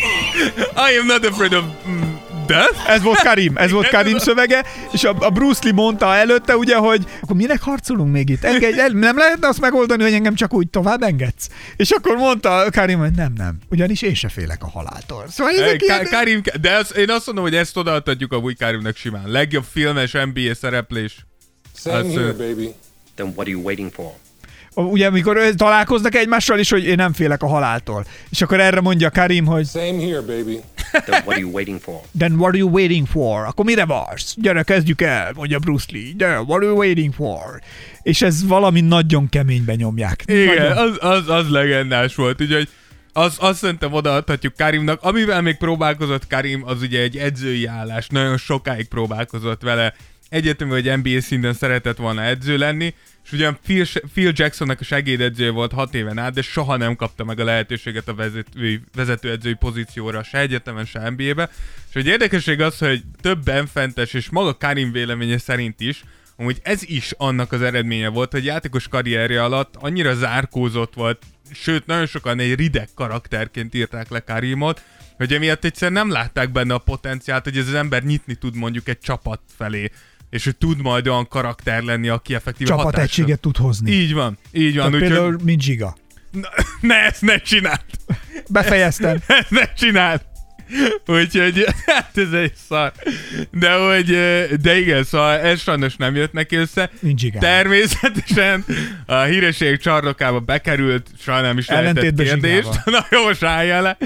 I am not afraid of... Death? Ez volt Karim, ez volt Karim szövege, és a, a Bruce Lee mondta előtte, ugye, hogy akkor minek harcolunk még itt? Engedj, el, nem lehetne azt megoldani, hogy engem csak úgy tovább engedsz? És akkor mondta Karim, hogy nem, nem, ugyanis én se félek a haláltól. Szóval Hey, ilyen... Karim, de az, én azt mondom, hogy ezt odaadhatjuk amúgy Karimnak simán. Legjobb filmes en bé á szereplés. Same Az, here, uh, baby. Then what are you waiting for? Ugye, amikor találkoznak egymással is, hogy én nem félek a haláltól. És akkor erre mondja Karim, hogy Same here, baby. Then what are you waiting for? then what are you waiting for? Akkor mire vársz? Gyere, kezdjük el, mondja Bruce Lee. De what are you waiting for? És ez valami nagyon keményben nyomják. Igen, Nagyon. az, az, az legendás volt, úgyhogy az, azt szerintem odaadhatjuk Karimnak. Amivel még próbálkozott Karim, az ugye egy edzői állás. Nagyon sokáig próbálkozott vele. Egyetemű, hogy en bé á szinten szeretett volna edző lenni, és ugyan Phil, Phil Jacksonnak a segédedzője volt hat éven át, de soha nem kapta meg a lehetőséget a vezetői, vezetőedzői pozícióra, se egyetemen, se en bé á-be. És egy érdekesség az, hogy több benfentes, és maga Karim véleménye szerint is, amúgy ez is annak az eredménye volt, hogy játékos karrierje alatt annyira zárkózott volt, sőt, nagyon sokan egy rideg karakterként írták le Karimot, hogy emiatt egyszer nem látták benne a potenciált, hogy ez az ember nyitni tud mondjuk egy csapat felé, és hogy tud majd olyan karakter lenni, aki effektíve hatásra. Csapategységet tud hozni. Így van, így van. Tehát Úgy, például, mint Zsiga. Na, ne, ezt ne csináld! Befejeztem. Ezt ne csináld! Úgyhogy, hát ez egy szar. De hogy, de igen, szóval ez sajnos nem jött neki össze. Nincs igaz. Természetesen a hírességek csarnokába bekerült, sajnos nem is lehetett Ellentétben kérdést. Zsigával. Na jó, most állja le.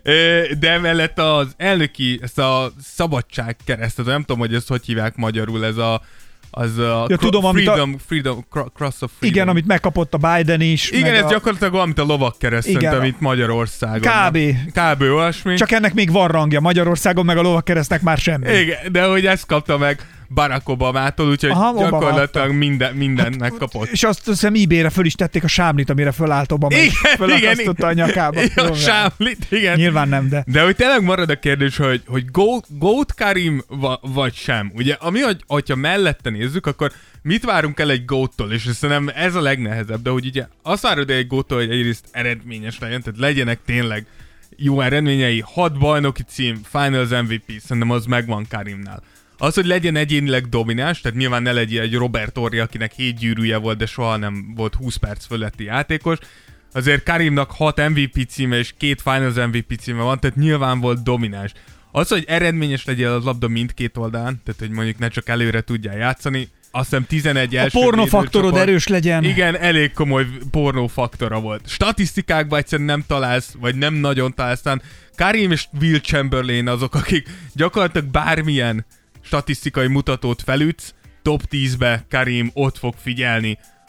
De emellett az elnöki, ezt a szabadságkeresztet, nem tudom, hogy ezt hogy hívják magyarul, ez a az a ja, cro- tudom, freedom, amit a... freedom, cro- cross of freedom. Igen, amit megkapott a Biden is. Igen, ez a... gyakorlatilag olyan, mint a lovakkereszt, Igen. szerintem itt Magyarországon. Kb. Kb. olyasmi. Csak ennek még van rangja. Magyarországon meg a lovakkeresztnek már semmi. Igen, de hogy ezt kapta meg Barack Obamától, úgyhogy Aha, gyakorlatilag minden, mindennek kapott. És azt hiszem eBay-re föl is tették a sámlit, amire fölállt Obama. Igen, fölakasztotta a nyakába. A sámlit, igen. Nyilván nem, de... De hogy tényleg marad a kérdés, hogy, hogy Goat Karim va, vagy sem. Ugye, ami, hogy, hogyha mellette nézzük, akkor mit várunk el egy Goattól, és szerintem ez a legnehezebb, de hogy ugye azt várod egy Goattól, hogy egyrészt eredményes legyen, tehát legyenek tényleg jó eredményei, hat bajnoki cím, Finals em vé pé, szerintem az megvan Karimnál. Az, hogy legyen egyénileg domináns, tehát nyilván ne legyen egy Robert Horry, akinek hét gyűrűje volt, de soha nem volt húsz perc fölötti játékos. Azért Karimnak hat em vé pé címe és két Finals em vé pé címe van, tehát nyilván volt domináns. Az, hogy eredményes legyen a labda mindkét oldalán, tehát hogy mondjuk ne csak előre tudjál játszani, azt hiszem tizenegy A első pornófaktorod védőcsapat. erős legyen. Igen, elég komoly pornófaktora volt. Statisztikákban egyszerűen nem találsz, vagy nem nagyon találsz. Karim és Will Chamberlain azok, akik gyakorlatilag bármilyen statisztikai mutatót felütsz, top tízbe Karim ott fog figyelni.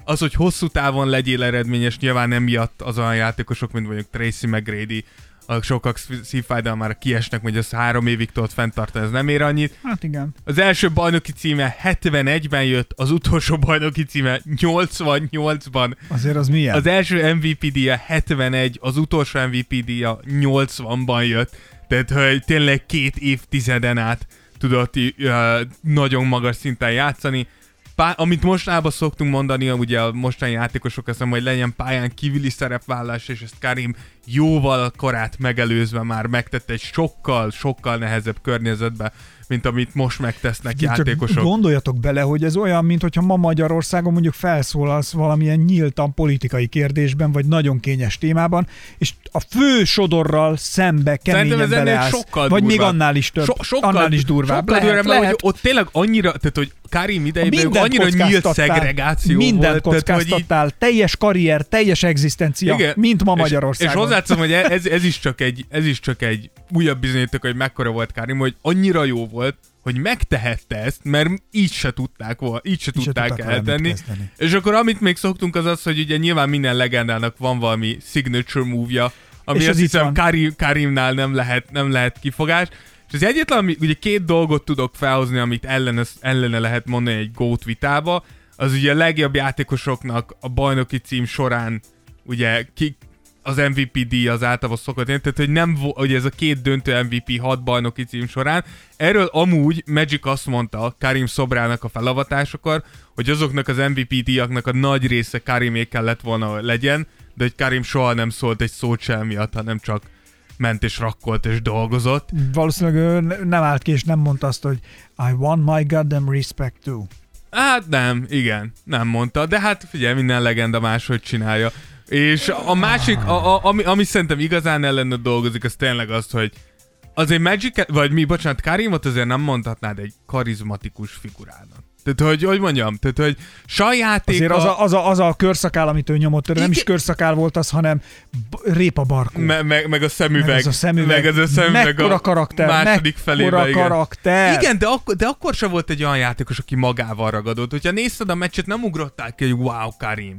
az, hogy hosszú távon legyél eredményes, nyilván emiatt az olyan játékosok, mint mondjuk Tracy McGrady, a sokak szívfájdalmára kiesnek, hogy az három évig tudod fenntartani, ez nem ér annyit. Hát igen. Az első bajnoki címe hetvenegyben jött, az utolsó bajnoki címe nyolcvannyolcban. Azért az milyen? Az első em vé pé díja hetvenegy, az utolsó em vé pé díja nyolcvanban jött. Tehát, hogy tényleg két évtizeden át tudott uh, nagyon magas szinten játszani. Pá- amit mostanában szoktunk mondani, ugye a mostani játékosok azt mondom, hogy legyen pályán kívüli szerepvállás, és ezt Karim jóval korát megelőzve már megtette egy sokkal, sokkal nehezebb környezetbe, mint amit most megtesznek Csak játékosok. Gondoljatok bele, hogy ez olyan, mint hogyha ma Magyarországon mondjuk felszólalsz valamilyen nyíltan politikai kérdésben, vagy nagyon kényes témában, és a fő sodorral szembe keményen beleállsz. Sokkal vagy durvább. Még annál is több, so, sokkal, annál is durvább. Sokkal lehet, durvább, lehet. Hogy ott tényleg annyira, tehát hogy Karim idejében annyira nyílt szegregáció mindent volt. Kockáztattál, így... teljes karrier, teljes egzisztencia, igen, mint ma Magyarországon. És, és hozzátszom, hogy ez, ez, is csak egy, ez is csak egy újabb bizonyíték, hogy mekkora volt Karim, hogy annyira jó volt, hogy megtehette ezt, mert így se tudták volna, így se így tudták se eltenni. És akkor amit még szoktunk az az, hogy ugye nyilván minden legendának van valami signature move-ja, ami azt hiszem Karim, Karimnál nem lehet, nem lehet kifogás. És az egyetlen, ami, ugye két dolgot tudok felhozni, amit ellene, ellene lehet mondani egy GOAT vitába, az ugye a legjobb játékosoknak a bajnoki cím során ugye ki, az em vé pé díj az általában szokott érni, tehát hogy nem, hogy ez a két döntő em vé pé hat bajnoki cím során. Erről amúgy Magic azt mondta Karim szobrának a felavatásakor, hogy azoknak az em vé pé díjaknak a nagy része Karimé kellett volna legyen, de hogy Karim soha nem szólt egy szót sem miatt, hanem csak ment és rakkolt és dolgozott. Valószínűleg ő nem állt ki és nem mondta azt, hogy I want my goddamn respect too. Hát nem, igen, nem mondta, de hát figyelj, minden legenda máshogy csinálja. És a másik, a, a, ami, ami szerintem igazán ellene dolgozik, az tényleg az, hogy azért Magic, vagy mi, bocsánat, Karimot azért nem mondhatnád egy karizmatikus figurának. Tehát, hogy, hogy mondjam, tehát, hogy sajátéka... Azért az a, az a, az a körszakál, amit ő nyomott, törő, nem is körszakál volt az, hanem b- répabarkó. Me, meg, meg a szemüveg. Meg az a szemüveg. Meg az a szemüveg mekkora a karakter, második felébe. Mekkora karakter. Igen, de akkor, de akkor sem volt egy olyan játékos, aki magával ragadott. Hogyha nézted a meccset, nem ugrottál ki, hogy wow, Karim.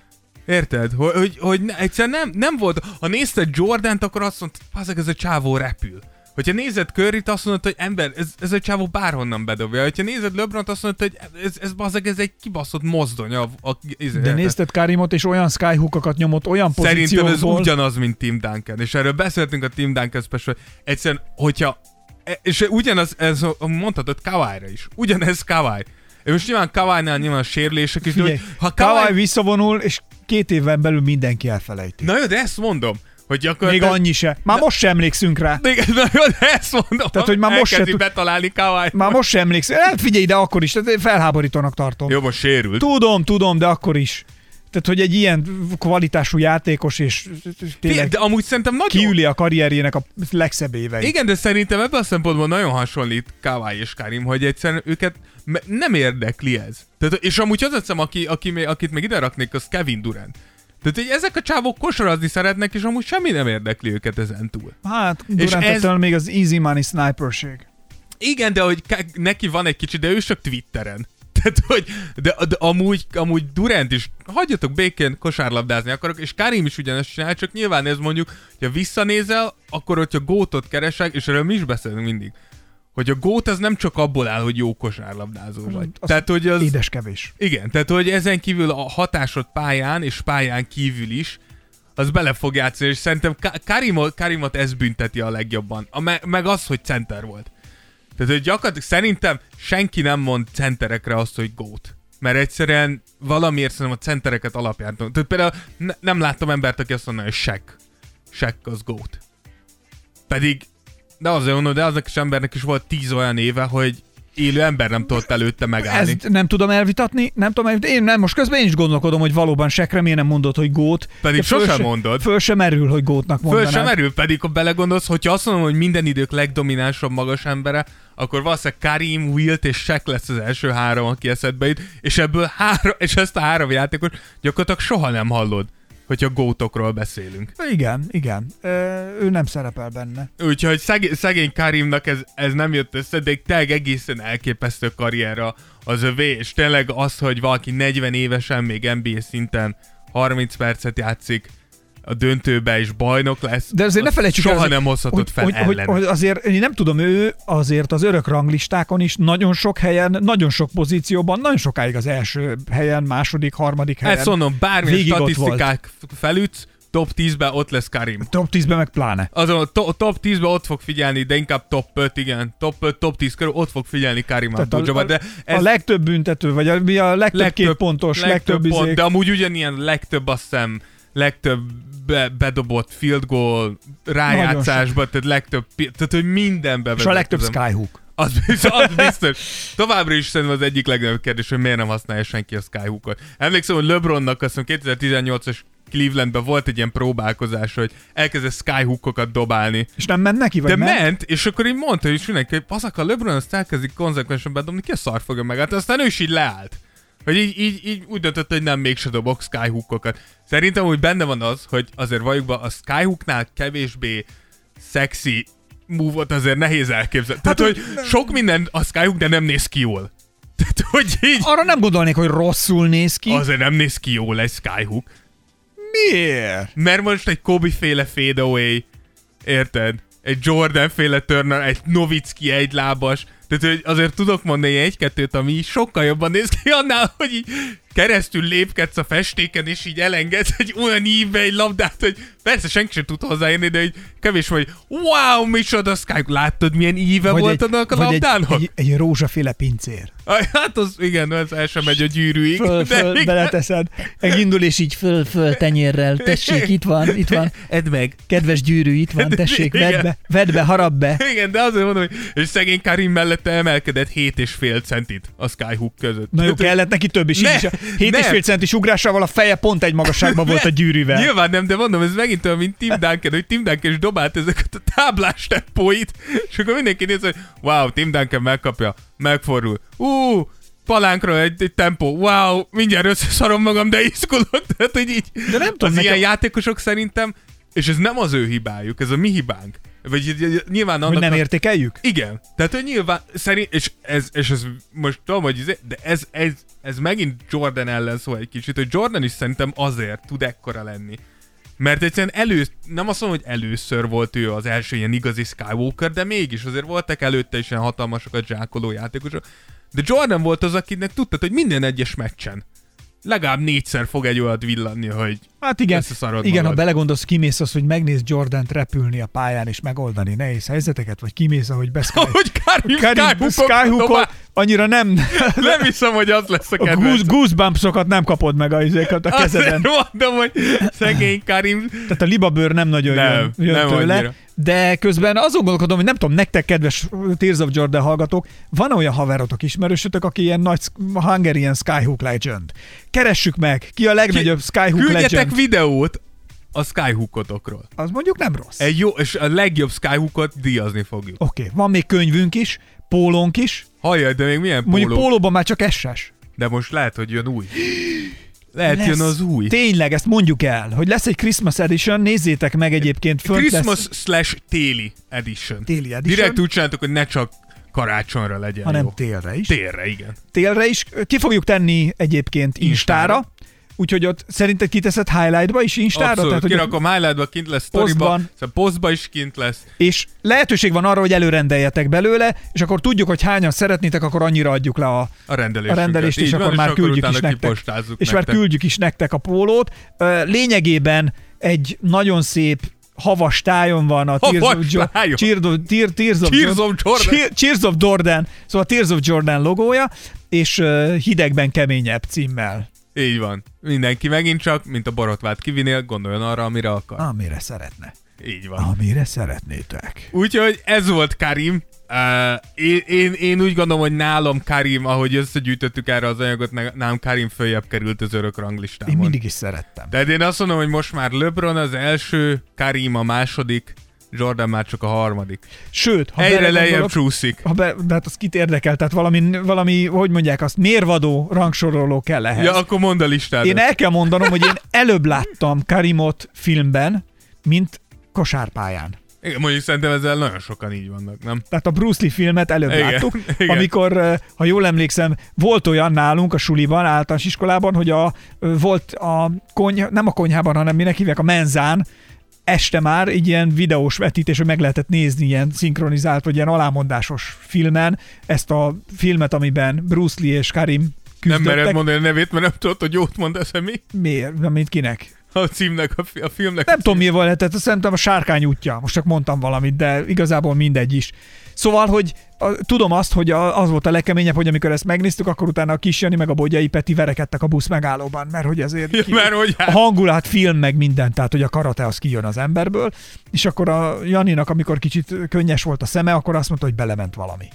Érted? Hogy, hogy, hogy ne, egyszerűen nem, nem volt... Ha nézted Jordant, akkor azt mondtad, pazeg, ez a csávó repül. Hogyha nézed Curryt, azt mondod, hogy ember, ez, ez a csávó bárhonnan bedobja. Hogyha nézed LeBront, azt mondod, hogy ez, ez bazeg, ez egy kibaszott mozdony. A, a, ez, de nézted Karimot, és olyan skyhookokat nyomott, olyan pozícióból... Szerintem ez ugyanaz, mint Tim Duncan. És erről beszéltünk a Tim Duncan special. Egyszerűen, hogyha... És ugyanaz, ez, mondhatod Kawhi-ra is. Ugyanez Kawhi. És most nyilván Kawhi-nál nyilván a sérülések is. Figyelj, ha Kawhi... Kawhi visszavonul, és két évben belül mindenki elfelejti. Na jó, de ezt mondom. Hogy gyakorlatilag... Még annyi se. Már de... most sem emlékszünk rá. De, na jó, de ezt mondom. Tehát, hogy már most se tud... betalálni Kawhi-t. Már most sem emlékszünk. Hát figyelj, de akkor is. Tehát felháborítónak tartom. Jó, most sérült. Tudom, tudom, de akkor is. Tehát, hogy egy ilyen kvalitású játékos, és tényleg de amúgy szerintem nagyon... kiüli a karrierjének a legszebb éveit. Igen, de szerintem ebben a szempontból nagyon hasonlít Kawhi és Karim, hogy egyszerűen őket nem érdekli ez. Tehát, és amúgy az hiszem, aki, aki, akit még ide raknék, az Kevin Durant. Tehát, hogy ezek a csávok kosarazni szeretnek, és amúgy semmi nem érdekli őket ezen túl. Hát, Durantettől ez... még az easy money sniperség. Igen, de hogy neki van egy kicsi, de ő csak Twitteren. Tehát, hogy, de, de amúgy, amúgy Durant is, hagyjatok békén kosárlabdázni akarok, és Karim is ugyanezt csinál, csak nyilván ez mondjuk, ha visszanézel, akkor hogyha gótot keresek, és erről mi is beszélünk mindig, hogy a gót az nem csak abból áll, hogy jó kosárlabdázó vagy. Az tehát, hogy az... édes kevés. Igen, tehát, hogy ezen kívül a hatásod pályán, és pályán kívül is, az bele fog játszani, és szerintem Karimot, Karimot ez bünteti a legjobban. A me, meg az, hogy center volt. Tehát, hogy gyakorlatilag szerintem senki nem mond centerekre azt, hogy gót. Mert egyszerűen valamiért szerintem a centereket alapján. Tehát például ne, nem láttam embert, aki azt mondaná, hogy Shaq. Shaq az gót. Pedig, de azért mondom, de aznak is embernek is volt tíz olyan éve, hogy élő ember nem tudott előtte megállni. Ezt nem tudom elvitatni, nem tudom elvitatni. Én nem, most közben én is gondolkodom, hogy valóban Shaqre miért nem mondod, hogy gót. Pedig sosem mondod. Föl sem merül, hogy gótnak mondanád. Föl sem merül, pedig ha belegondolsz, hogyha azt mondom, hogy minden idők legdominánsabb magas embere, akkor valószínűleg Karim, Wilt és Shaq lesz az első három, aki eszedbe jut, és ebből három, és ezt a három játékos gyakorlatilag soha nem hallod. hogyha gótokról beszélünk. Igen, igen. Ö, ő nem szerepel benne. Úgyhogy szeg- szegény Karimnak ez, ez nem jött össze, de tényleg egészen elképesztő karriera az övé, és tényleg az, hogy valaki negyven évesen még en bé á szinten harminc percet játszik a döntőbe és bajnok lesz, de azért ne felejtsük soha el, nem hozhatod hogy, fel hogy, hogy, ellen. hogy azért, én nem tudom, ő azért az örök ranglistákon is nagyon sok helyen, nagyon sok pozícióban, nagyon sokáig az első helyen, második, harmadik helyen. Ezt mondom, bármilyen végig ott statisztikák felütsz, top tízben ott lesz Karim. Top tízben meg pláne. Azon a to- top tízben ott fog figyelni, de inkább top öt, igen. Top öt, top tíz körül ott fog figyelni Karim Abdul-Jabbar, de ez a legtöbb büntető, vagy a, mi a legtöbb, legtöbb két pontos, legtöbb, legtöbb pont, izék. de amúgy ugyanilyen legtöbb, azt hiszem, legtöbb be, bedobott field goal rájátszásba, tehát legtöbb, tehát hogy mindenbe. És a legtöbb skyhook. Az, az biztos. Továbbra is szerintem az egyik legnagyobb kérdés, hogy miért nem használja senki a skyhookot. Emlékszem, hogy LeBronnak azt hiszem kétezer-tizennyolcas Clevelandben volt egy ilyen próbálkozás, hogy elkezdett skyhookokat dobálni. És nem ment neki, vagy De ment? ment, és akkor így mondta is mindenki, hogy paszak, a LeBron azt elkezdik konzekvensen bedobni, ki a szar fogja meg? Hát aztán ő is így leállt. Hogy így, így, így úgy döntött, hogy nem, mégse dobok skyhookokat. Szerintem úgy benne van az, hogy azért valljuk be, a skyhooknál kevésbé szexi move-ot azért nehéz elképzelni. Hát, Tehát, hogy nem. Sok minden a skyhook, de nem néz ki jól. Tehát, hogy így... Arra nem gondolnék, hogy rosszul néz ki. Azért nem néz ki jól egy skyhook. Miért? Mert most egy Kobe-féle fadeaway, érted? Egy Jordan-féle turner, egy Nowitzki egylábas. Tehát, hogy azért tudok mondani egy-kettőt, ami sokkal jobban néz ki annál, hogy így keresztül lépkedsz a festéken, és így elengedsz egy olyan ívbe egy labdát, hogy persze senki sem tud hozzáérni, de hogy kevés vagy, wow, micsoda Sky, láttad milyen íve vagy volt egy, annak a vagy labdának? Egy, egy, egy rózsaféle pincér. Hát az, igen, az el sem megy a gyűrűig. Föl, föl, de beleteszed. Egy indul, és így föl, föl tenyérrel. Tessék, itt van, itt van. Edd meg. Kedves gyűrű, itt van, tessék, vedd be, vedd be, harap be. Igen, de azért mondom, hogy és szegény Karim mellette emelkedett hét és fél centit a skyhook között. Na jó, kellett neki több is. Ne, is. hét és fél centis ugrásával a feje pont egy magasságban volt a gyűrűvel. Nyilván nem, de mondom, ez megint olyan, mint Tim Duncan, hogy Tim Duncan is dobált ezeket a táblás tempóit, és akkor mindenki néz, hogy wow, Tim Duncan megkapja, megfordul. Ú, palánkra egy, egy tempó, wow, mindjárt összeszarom magam, de izgulok. Tehát, hogy így, de nem tudom, az nekem... ilyen játékosok szerintem, és ez nem az ő hibájuk, ez a mi hibánk. Vagy nyilván annak... Hogy nem értékeljük? Igen. Tehát, hogy nyilván szerint, és ez, és ez most tudom, hogy de ez, ez, ez megint Jordan ellen szól egy kicsit, hogy Jordan is szerintem azért tud ekkora lenni. Mert egyszerűen elő, nem azt mondom, hogy először volt ő az első ilyen igazi Skywalker, de mégis azért voltak előtte is ilyen hatalmasokat zsákoló játékosok. De Jordan volt az, akinek tudtad, hogy minden egyes meccsen legalább négyszer fog egy olyat villanni, hogy hát igen, igen, magad. Ha belegondolsz, kimész az, hogy megnéz Jordant repülni a pályán és megoldani nehéz helyzeteket, vagy kimész, ahogy beszél. Hogy Karim Skyhookot, Skyhookot annyira nem... Nem hiszem, hogy az lesz a kedvenc. Goose, goosebumpsokat nem kapod meg a izékat a kezeden. Azért mondom, hogy szegény Karim... Tehát a libabőr nem nagyon nem, jön, jön nem tőle. Annyira. De közben azon gondolkodom, hogy nem tudom, nektek, kedves Tears of Jordan hallgatók, van olyan haverotok, ismerősötök, aki ilyen nagy Hungarian Skyhook Legend. Keressük meg, ki a legnagyobb ki, Skyhook Legend. Küldjetek videót a Skyhookotokról. Az mondjuk nem rossz. Egy jó, és a legjobb Skyhookot díjazni fogjuk. Oké, okay. Van még könyvünk is, pólónk is. Hajjaj, de még milyen póló? Mondjuk pólóban már csak es-es. De most lehet, hogy jön új. Lehet lesz, jön az új. Tényleg, ezt mondjuk el, hogy lesz egy Christmas Edition, nézzétek meg egyébként. Christmas lesz... slash téli edition. Téli edition. Direkt úgy csináltuk, hogy ne csak karácsonyra legyen hanem jó. télre is. Télre, igen. Télre is. Ki fogjuk tenni egyébként Instára. Instára. Úgyhogy ott szerinted kiteszed highlightba is Instára? Abszolút, tehát, kirakom highlightba, kint lesz sztoriba, szóval posztba is kint lesz. És lehetőség van arra, hogy előrendeljetek belőle, és akkor tudjuk, hogy hányan szeretnétek, akkor annyira adjuk le a, a, a rendelést, és akkor már küldjük is nektek. És már küldjük is nektek a pólót. Lényegében egy nagyon szép havas tájon van a Tears of, jo- Tears of, Tears, Tears of, Tears of Jordan. Tears of Jordan, szóval a Tears of Jordan logója, és uh, hidegben keményebb címmel. Így van. Mindenki megint csak, mint a borotvát kivinél, gondoljon arra, amire akar. Amire szeretne. Így van. Amire szeretnétek. Úgyhogy ez volt Karim. Uh, én, én, én úgy gondolom, hogy nálam Karim, ahogy összegyűjtöttük erre az anyagot, nálam Karim följebb került az örök ranglistámon. Én mindig is szerettem. De én azt mondom, hogy most már LeBron az első, Karim a második, Jordan már csak a harmadik. Sőt, ha egyre belegondolok, lejjebb csúszik. Ha be, de hát az kit érdekel, tehát valami, valami, hogy mondják azt, mérvadó rangsoroló kell ehhez. Ja, akkor mondd a listádat. Én el kell mondanom, hogy én előbb láttam Karimot filmben, mint kosárpályán. Igen, mondjuk szerintem ezzel nagyon sokan így vannak, nem? Tehát a Bruce Lee filmet előbb Igen, láttuk, igen. amikor, ha jól emlékszem, volt olyan nálunk a suliban, általános iskolában, hogy a, volt a konyha, nem a konyhában, hanem minek hívják, a menzán, este már így ilyen videós vetítés, hogy meg lehetett nézni ilyen szinkronizált, vagy ilyen alámondásos filmen ezt a filmet, amiben Bruce Lee és Karim küzdöttek. Nem mered mondani a nevét, mert nem tudod, hogy jót mondasz-e mi? Miért? Nem, mint kinek? A címnek, a, fi- a filmnek. Nem tudom, mi volt lehetett, szerintem a Sárkány útja. Most csak mondtam valamit, de igazából mindegy is. Szóval, hogy a, tudom azt, hogy a, az volt a legkeményebb, hogy amikor ezt megnéztük, akkor utána a Kis Jani meg a Bogyai Peti verekedtek a busz megállóban, mert hogy ezért Ja, ki, mert hogy hát... a hangulat, film meg minden, tehát hogy a karate az kijön az emberből, és akkor a Janinak, amikor kicsit könnyes volt a szeme, akkor azt mondta, hogy belement valami.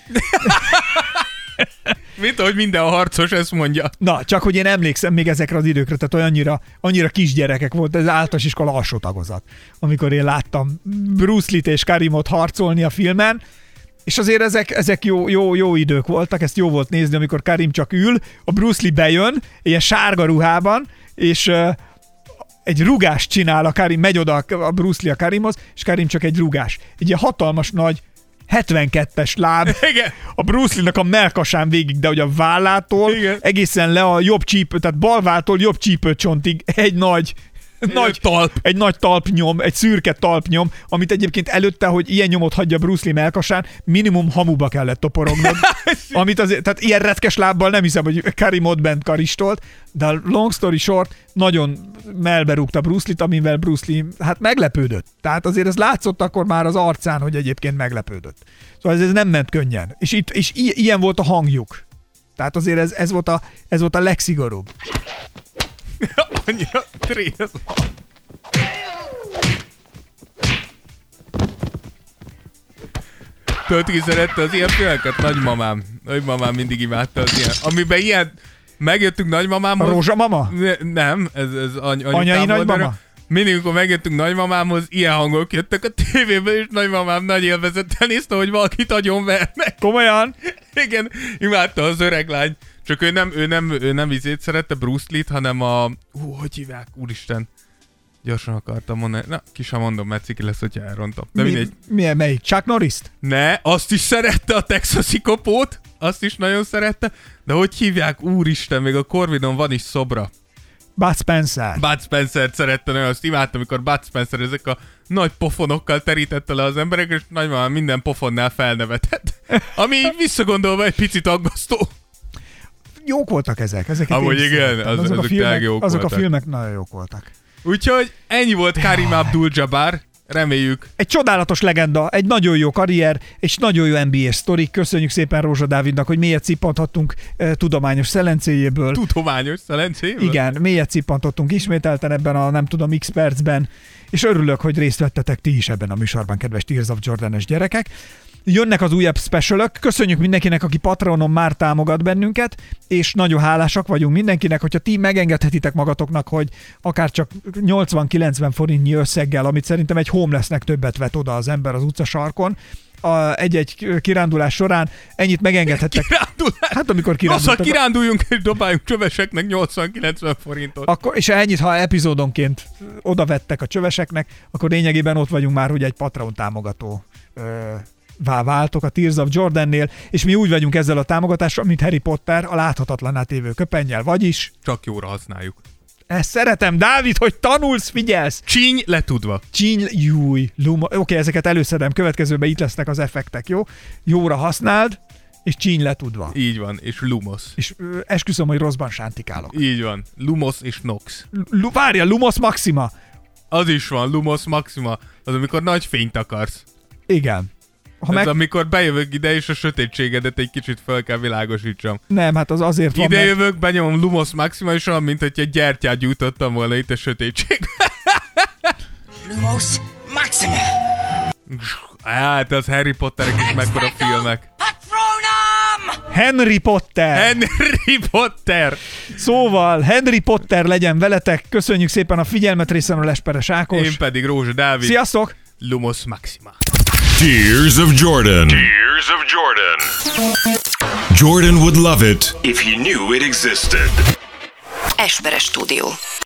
Mint ahogy minden a harcos ezt mondja. Na, csak hogy én emlékszem még ezekre az időkre, tehát olyannyira, annyira kisgyerekek volt, ez általános iskola alsó tagozat, amikor én láttam Bruce Lee-t és Karimot harcolni a filmen, és azért ezek, ezek jó, jó, jó idők voltak, ezt jó volt nézni, amikor Karim csak ül, a Bruce Lee bejön, ilyen sárga ruhában, és uh, egy rugást csinál a Karim, megy oda a Bruce Lee a Karimhoz, és Karim csak egy rugás. Egy ilyen hatalmas nagy hetvenkettes láb, Igen. a Bruce Lee-nak a melkasán végig, de hogy a vállától Igen. egészen le a jobb csípő, tehát balvától jobb csípőcsontig egy nagy Egy nagy talp. Egy nagy talpnyom, egy szürke talpnyom, amit egyébként előtte, hogy ilyen nyomot hagyja Bruce Lee melkasán, minimum hamuba kellett toporognod. amit azért, tehát ilyen retkes lábbal nem hiszem, hogy Karimot bent karistolt, de a long story short, nagyon melberúgta Bruce Lee-t, amivel Bruce Lee hát meglepődött. Tehát azért ez látszott akkor már az arcán, hogy egyébként meglepődött. Szóval ez, ez nem ment könnyen. És, itt, és i- ilyen volt a hangjuk. Tehát azért ez, ez, volt, a, ez volt a legszigorúbb. Annyira trész. Tudod, ki szerette az ilyen filmeket? Nagymamám. Nagymamám mindig imádta az ilyen. Amiben ilyen... Megjöttünk nagymamámhoz. A rózsamama? Ne, nem, ez, ez any, Anyai nagymama? Mindig, amikor megjöttünk nagymamámhoz, ilyen hangok jöttek a tévéből, és nagymamám nagy élvezettel nézte, hogy valakit agyonvernek. Komolyan? Igen, imádta az öreg lány. Csak ő nem, ő nem, ő nem izét szerette, Bruce Lee-t, hanem a... Hú, hogy hívják? Úristen. Gyorsan akartam mondani. Na, ki sem mondom, mert ciki lesz, hogyha elrontom. De Mi, mindegy. milyen, melyik? Chuck Norris-t? Ne, azt is szerette, a texasi kopót. Azt is nagyon szerette. De hogy hívják? Úristen, még a Corvidon van is szobra. Bud Spencer. Bud Spencer-t szerette nagyon, azt imádtam, amikor Bud Spencer ezek a nagy pofonokkal terítette le az emberek, és nagymamám minden pofonnál felnevetett. Ami így visszagondolva egy picit aggasztó. Jók voltak ezek. Ezeket Amúgy én is igen, szerettem. az- azok, a azok filmek, tényleg jók azok voltak. a filmek nagyon jók voltak. Úgyhogy ennyi volt Karim Abdul-Jabbar. Reméljük. Egy csodálatos legenda, egy nagyon jó karrier, egy nagyon jó en bé á sztori. Köszönjük szépen Rózsa Dávidnak, hogy mélyet cippanthattunk e, tudományos szelencéjéből. Tudományos szelencéből? Igen, mélyet cippantottunk ismételten ebben a nem tudom x percben, és örülök, hogy részt vettetek ti is ebben a műsorban, kedves Tears of Jordan-es gyerekek. Jönnek az újabb specialök, köszönjük mindenkinek, aki Patreonon már támogat bennünket, és nagyon hálásak vagyunk mindenkinek, hogyha ti megengedhetitek magatoknak, hogy akár csak nyolcvan-kilencven forintnyi összeggel, amit szerintem egy homelessnek többet vet oda az ember az utcasarkon, a egy-egy kirándulás során, ennyit megengedhettek. Kirándulás? Hát amikor Nossa, kirándultak. kiránduljunk és dobáljunk csöveseknek nyolcvan-kilencven forintot. Akkor, és ennyit, ha epizódonként oda vettek a csöveseknek, akkor lényegében ott vagyunk már, hogy egy Patreon támogató ö, vá váltok a Tears of Jordannél, és mi úgy vagyunk ezzel a támogatással, mint Harry Potter a láthatatlanná tévő köpennyel, vagyis Csak jóra használjuk. ezt szeretem, Dávid, hogy tanulsz, figyelsz! Csíny letudva. Csíny, júj, luma, oké, ezeket előszedem, következőben itt lesznek az effektek, jó? Jóra használd, és csíny letudva. Így van, és Lumos. És ö, esküszöm, hogy rosszban sántikálok. Így van. Lumos és Nox. L- várja, Lumos Maxima. Az is van, Lumos Maxima. Az, amikor nagy fényt akarsz. Igen. Ha Ez meg... amikor bejövök ide, és a sötétségedet egy kicsit fel kell világosítsam. Nem, hát az azért van, Ide mert... jövök, benyomom Lumos Maxima, és olyan, mint hogy egy gyertyát gyújtottam volna itt a sötétségben. Lumos Maxima! Hát, az Harry Potterek is mekkora filmek. Patronum! Henry Potter! Henry Potter! Szóval Henry Potter legyen veletek, köszönjük szépen a figyelmet részen a Lesperes Ákos. Én pedig Rózsa Dávid. Sziasztok! Lumos Maxima. Tears of Jordan. Tears of Jordan. Jordan would love it if he knew it existed. Esperes stúdió.